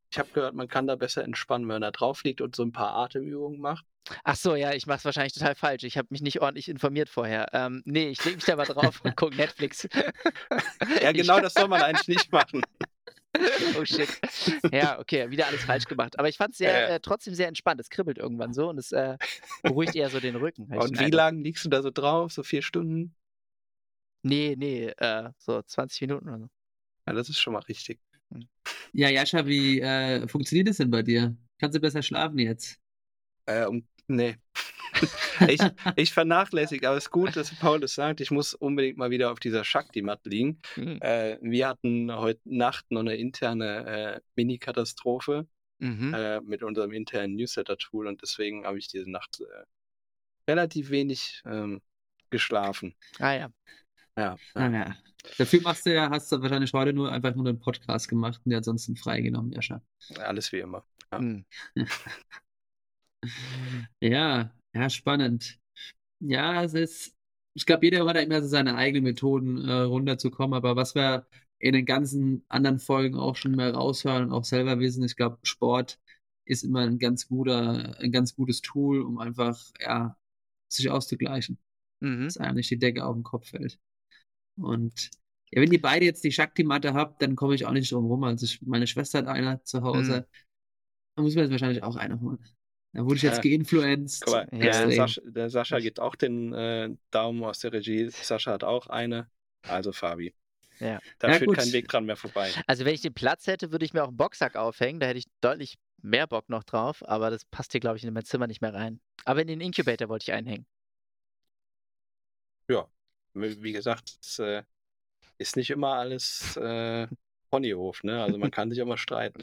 ich habe gehört, man kann da besser entspannen, wenn man da drauf liegt und so ein paar Atemübungen macht. Ach so, ja, ich mache es wahrscheinlich total falsch. Ich habe mich nicht ordentlich informiert vorher. Ähm, ne, ich lege mich da mal drauf und gucke Netflix. Ja, Ich genau das soll man eigentlich nicht machen. Oh shit. Ja, okay, wieder alles falsch gemacht. Aber ich fand es Ja, sehr, ja. äh, trotzdem sehr entspannt. Es kribbelt irgendwann so und es äh, beruhigt eher so den Rücken, habe ich Und den wie Eindruck. lang liegst du da so drauf? So vier Stunden? Ne, ne, äh, so zwanzig Minuten oder so. Ja, das ist schon mal richtig. Hm. Ja, Jascha, wie äh, funktioniert das denn bei dir? Kannst du besser schlafen jetzt? Äh, um, nee. ich, ich vernachlässige, aber es ist gut, dass Paul das sagt. Ich muss unbedingt mal wieder auf dieser Shakti-Matte liegen. Mhm. Äh, wir hatten heute Nacht noch eine interne äh, Mini-Katastrophe Mhm. äh, mit unserem internen Newsletter-Tool und deswegen habe ich diese Nacht äh, relativ wenig ähm, geschlafen. Ah ja. Ja, ja. Naja. Dafür machst du ja, hast du wahrscheinlich heute nur einfach nur einen Podcast gemacht und dir ansonsten freigenommen, Jascha. Alles wie immer. Ja. Hm. Ja, ja, spannend. Ja, es ist, ich glaube, jeder hat da immer so seine eigenen Methoden, äh, runterzukommen, aber was wir in den ganzen anderen Folgen auch schon mal raushören und auch selber wissen, ich glaube, Sport ist immer ein ganz guter, ein ganz gutes Tool, um einfach, ja, sich auszugleichen, Mhm. dass einem nicht die Decke auf den Kopf fällt. Und ja, wenn ihr beide jetzt die Shakti-Matte habt, dann komme ich auch nicht drum rum. Also ich, meine Schwester hat eine zu Hause. Da muss man jetzt wahrscheinlich auch eine holen. Da wurde ich jetzt Ja. geinfluenced. Guck mal, Ja. der, Extrem. Sascha, der Sascha gibt auch den äh, Daumen aus der Regie. Sascha hat auch eine. Also Fabi. Ja. Da Ja, führt gut. kein Weg dran mehr vorbei. Also wenn ich den Platz hätte, würde ich mir auch einen Boxsack aufhängen. Da hätte ich deutlich mehr Bock noch drauf, aber das passt hier, glaube ich, in mein Zimmer nicht mehr rein. Aber in den Incubator wollte ich einhängen. Ja, wie wie gesagt, es äh, ist nicht immer alles äh, Ponyhof, ne? Also man kann sich auch mal streiten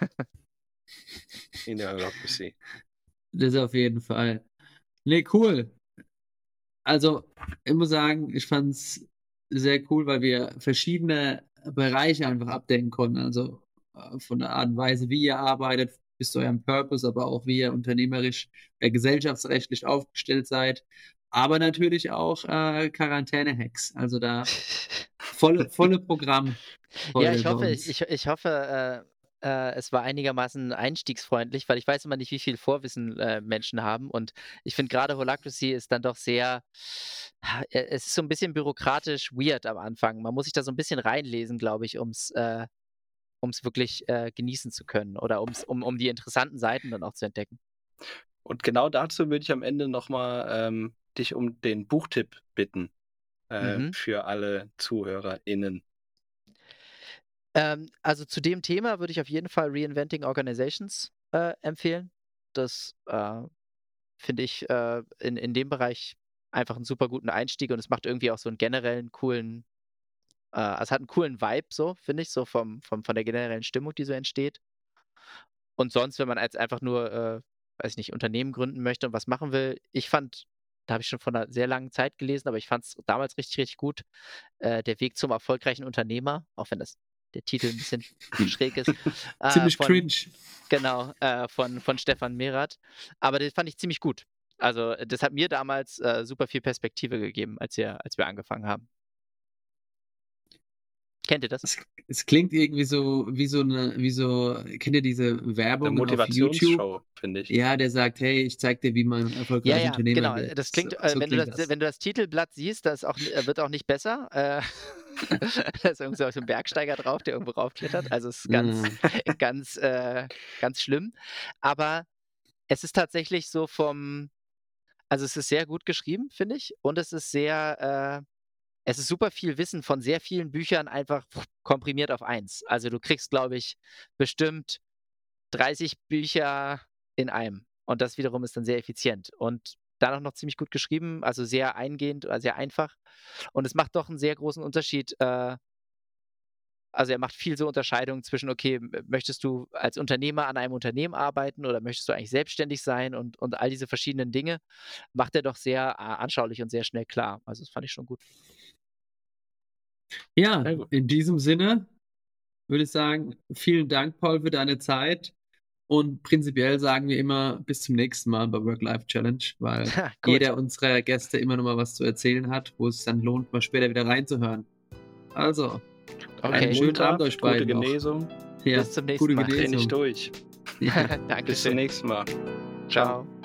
in der Holacracy. Das auf jeden Fall. Nee, cool. Also, ich muss sagen, ich fand es sehr cool, weil wir verschiedene Bereiche einfach abdecken konnten. Also äh, von der Art und Weise, wie ihr arbeitet, bis zu eurem Purpose, aber auch wie ihr unternehmerisch, äh, gesellschaftsrechtlich aufgestellt seid. Aber natürlich auch äh, Quarantäne-Hacks. Also da volle, volle Programm. Ja, heute ich bei hoffe, uns. ich, ich hoffe, äh, äh, es war einigermaßen einstiegsfreundlich, weil ich weiß immer nicht, wie viel Vorwissen äh, Menschen haben. Und ich finde gerade Holacracy ist dann doch sehr, ha, äh, es ist so ein bisschen bürokratisch weird am Anfang. Man muss sich da so ein bisschen reinlesen, glaube ich, ums äh, um's wirklich äh, genießen zu können oder um's, um, um die interessanten Seiten dann auch zu entdecken. Und genau dazu würde ich am Ende nochmal ähm, dich um den Buchtipp bitten äh, Mhm. für alle ZuhörerInnen. Ähm, also zu dem Thema würde ich auf jeden Fall Reinventing Organizations äh, empfehlen. Das äh, finde ich äh, in, in dem Bereich einfach einen super guten Einstieg und es macht irgendwie auch so einen generellen coolen, äh, also es hat einen coolen Vibe, so, finde ich, so vom, vom, von der generellen Stimmung, die so entsteht. Und sonst, wenn man jetzt einfach nur, äh, weiß ich nicht, Unternehmen gründen möchte und was machen will, ich fand, da habe ich schon vor einer sehr langen Zeit gelesen, aber ich fand es damals richtig, richtig gut, äh, Der Weg zum erfolgreichen Unternehmer, auch wenn das der Titel ein bisschen schräg ist. äh, Ziemlich von, cringe. Genau, äh, von, von Stefan Merath. Aber den fand ich ziemlich gut. Also das hat mir damals äh, super viel Perspektive gegeben, als wir, als wir angefangen haben. Kennt ihr das? Es, es klingt irgendwie so wie so eine, wie so, kennt ihr diese Eine Werbung auf YouTube? Motivationsshow, finde ich. Ja, der sagt, hey, ich zeig dir, wie man ein Ja, erfolgreicher ja, Unternehmer genau. wird. Das klingt, so, äh, so wenn, du klingt das, das. wenn du das Titelblatt siehst, das auch, äh, wird auch nicht besser. Äh, da ist irgendwie so ein Bergsteiger drauf, der irgendwo raufklettert. Also es ist ganz, Mm. ganz, äh, ganz schlimm. Aber es ist tatsächlich so vom, also es ist sehr gut geschrieben, finde ich. Und es ist sehr, äh, es ist super viel Wissen von sehr vielen Büchern einfach komprimiert auf eins. Also du kriegst, glaube ich, bestimmt dreißig Bücher in einem. Und das wiederum ist dann sehr effizient. Und dann auch noch ziemlich gut geschrieben, also sehr eingehend, oder sehr einfach. Und es macht doch einen sehr großen Unterschied. Äh, also er macht viel so Unterscheidungen zwischen, okay, m- möchtest du als Unternehmer an einem Unternehmen arbeiten oder möchtest du eigentlich selbstständig sein und, und all diese verschiedenen Dinge macht er doch sehr äh, anschaulich und sehr schnell klar. Also das fand ich schon gut. Ja, Sehr gut. in diesem Sinne würde ich sagen, vielen Dank, Paul, für deine Zeit. Und prinzipiell sagen wir immer bis zum nächsten Mal bei Work-Life-Challenge, weil Gut. jeder unserer Gäste immer noch mal was zu erzählen hat, wo es dann lohnt, mal später wieder reinzuhören. Also, Okay. einen schönen Munter, Abend euch gute beiden noch. Genesung. Ja, Bis zum nächsten gute Mal. Dreh nicht Genesung. durch. Ja. Bis zum Dankeschön. nächsten Mal. Ciao.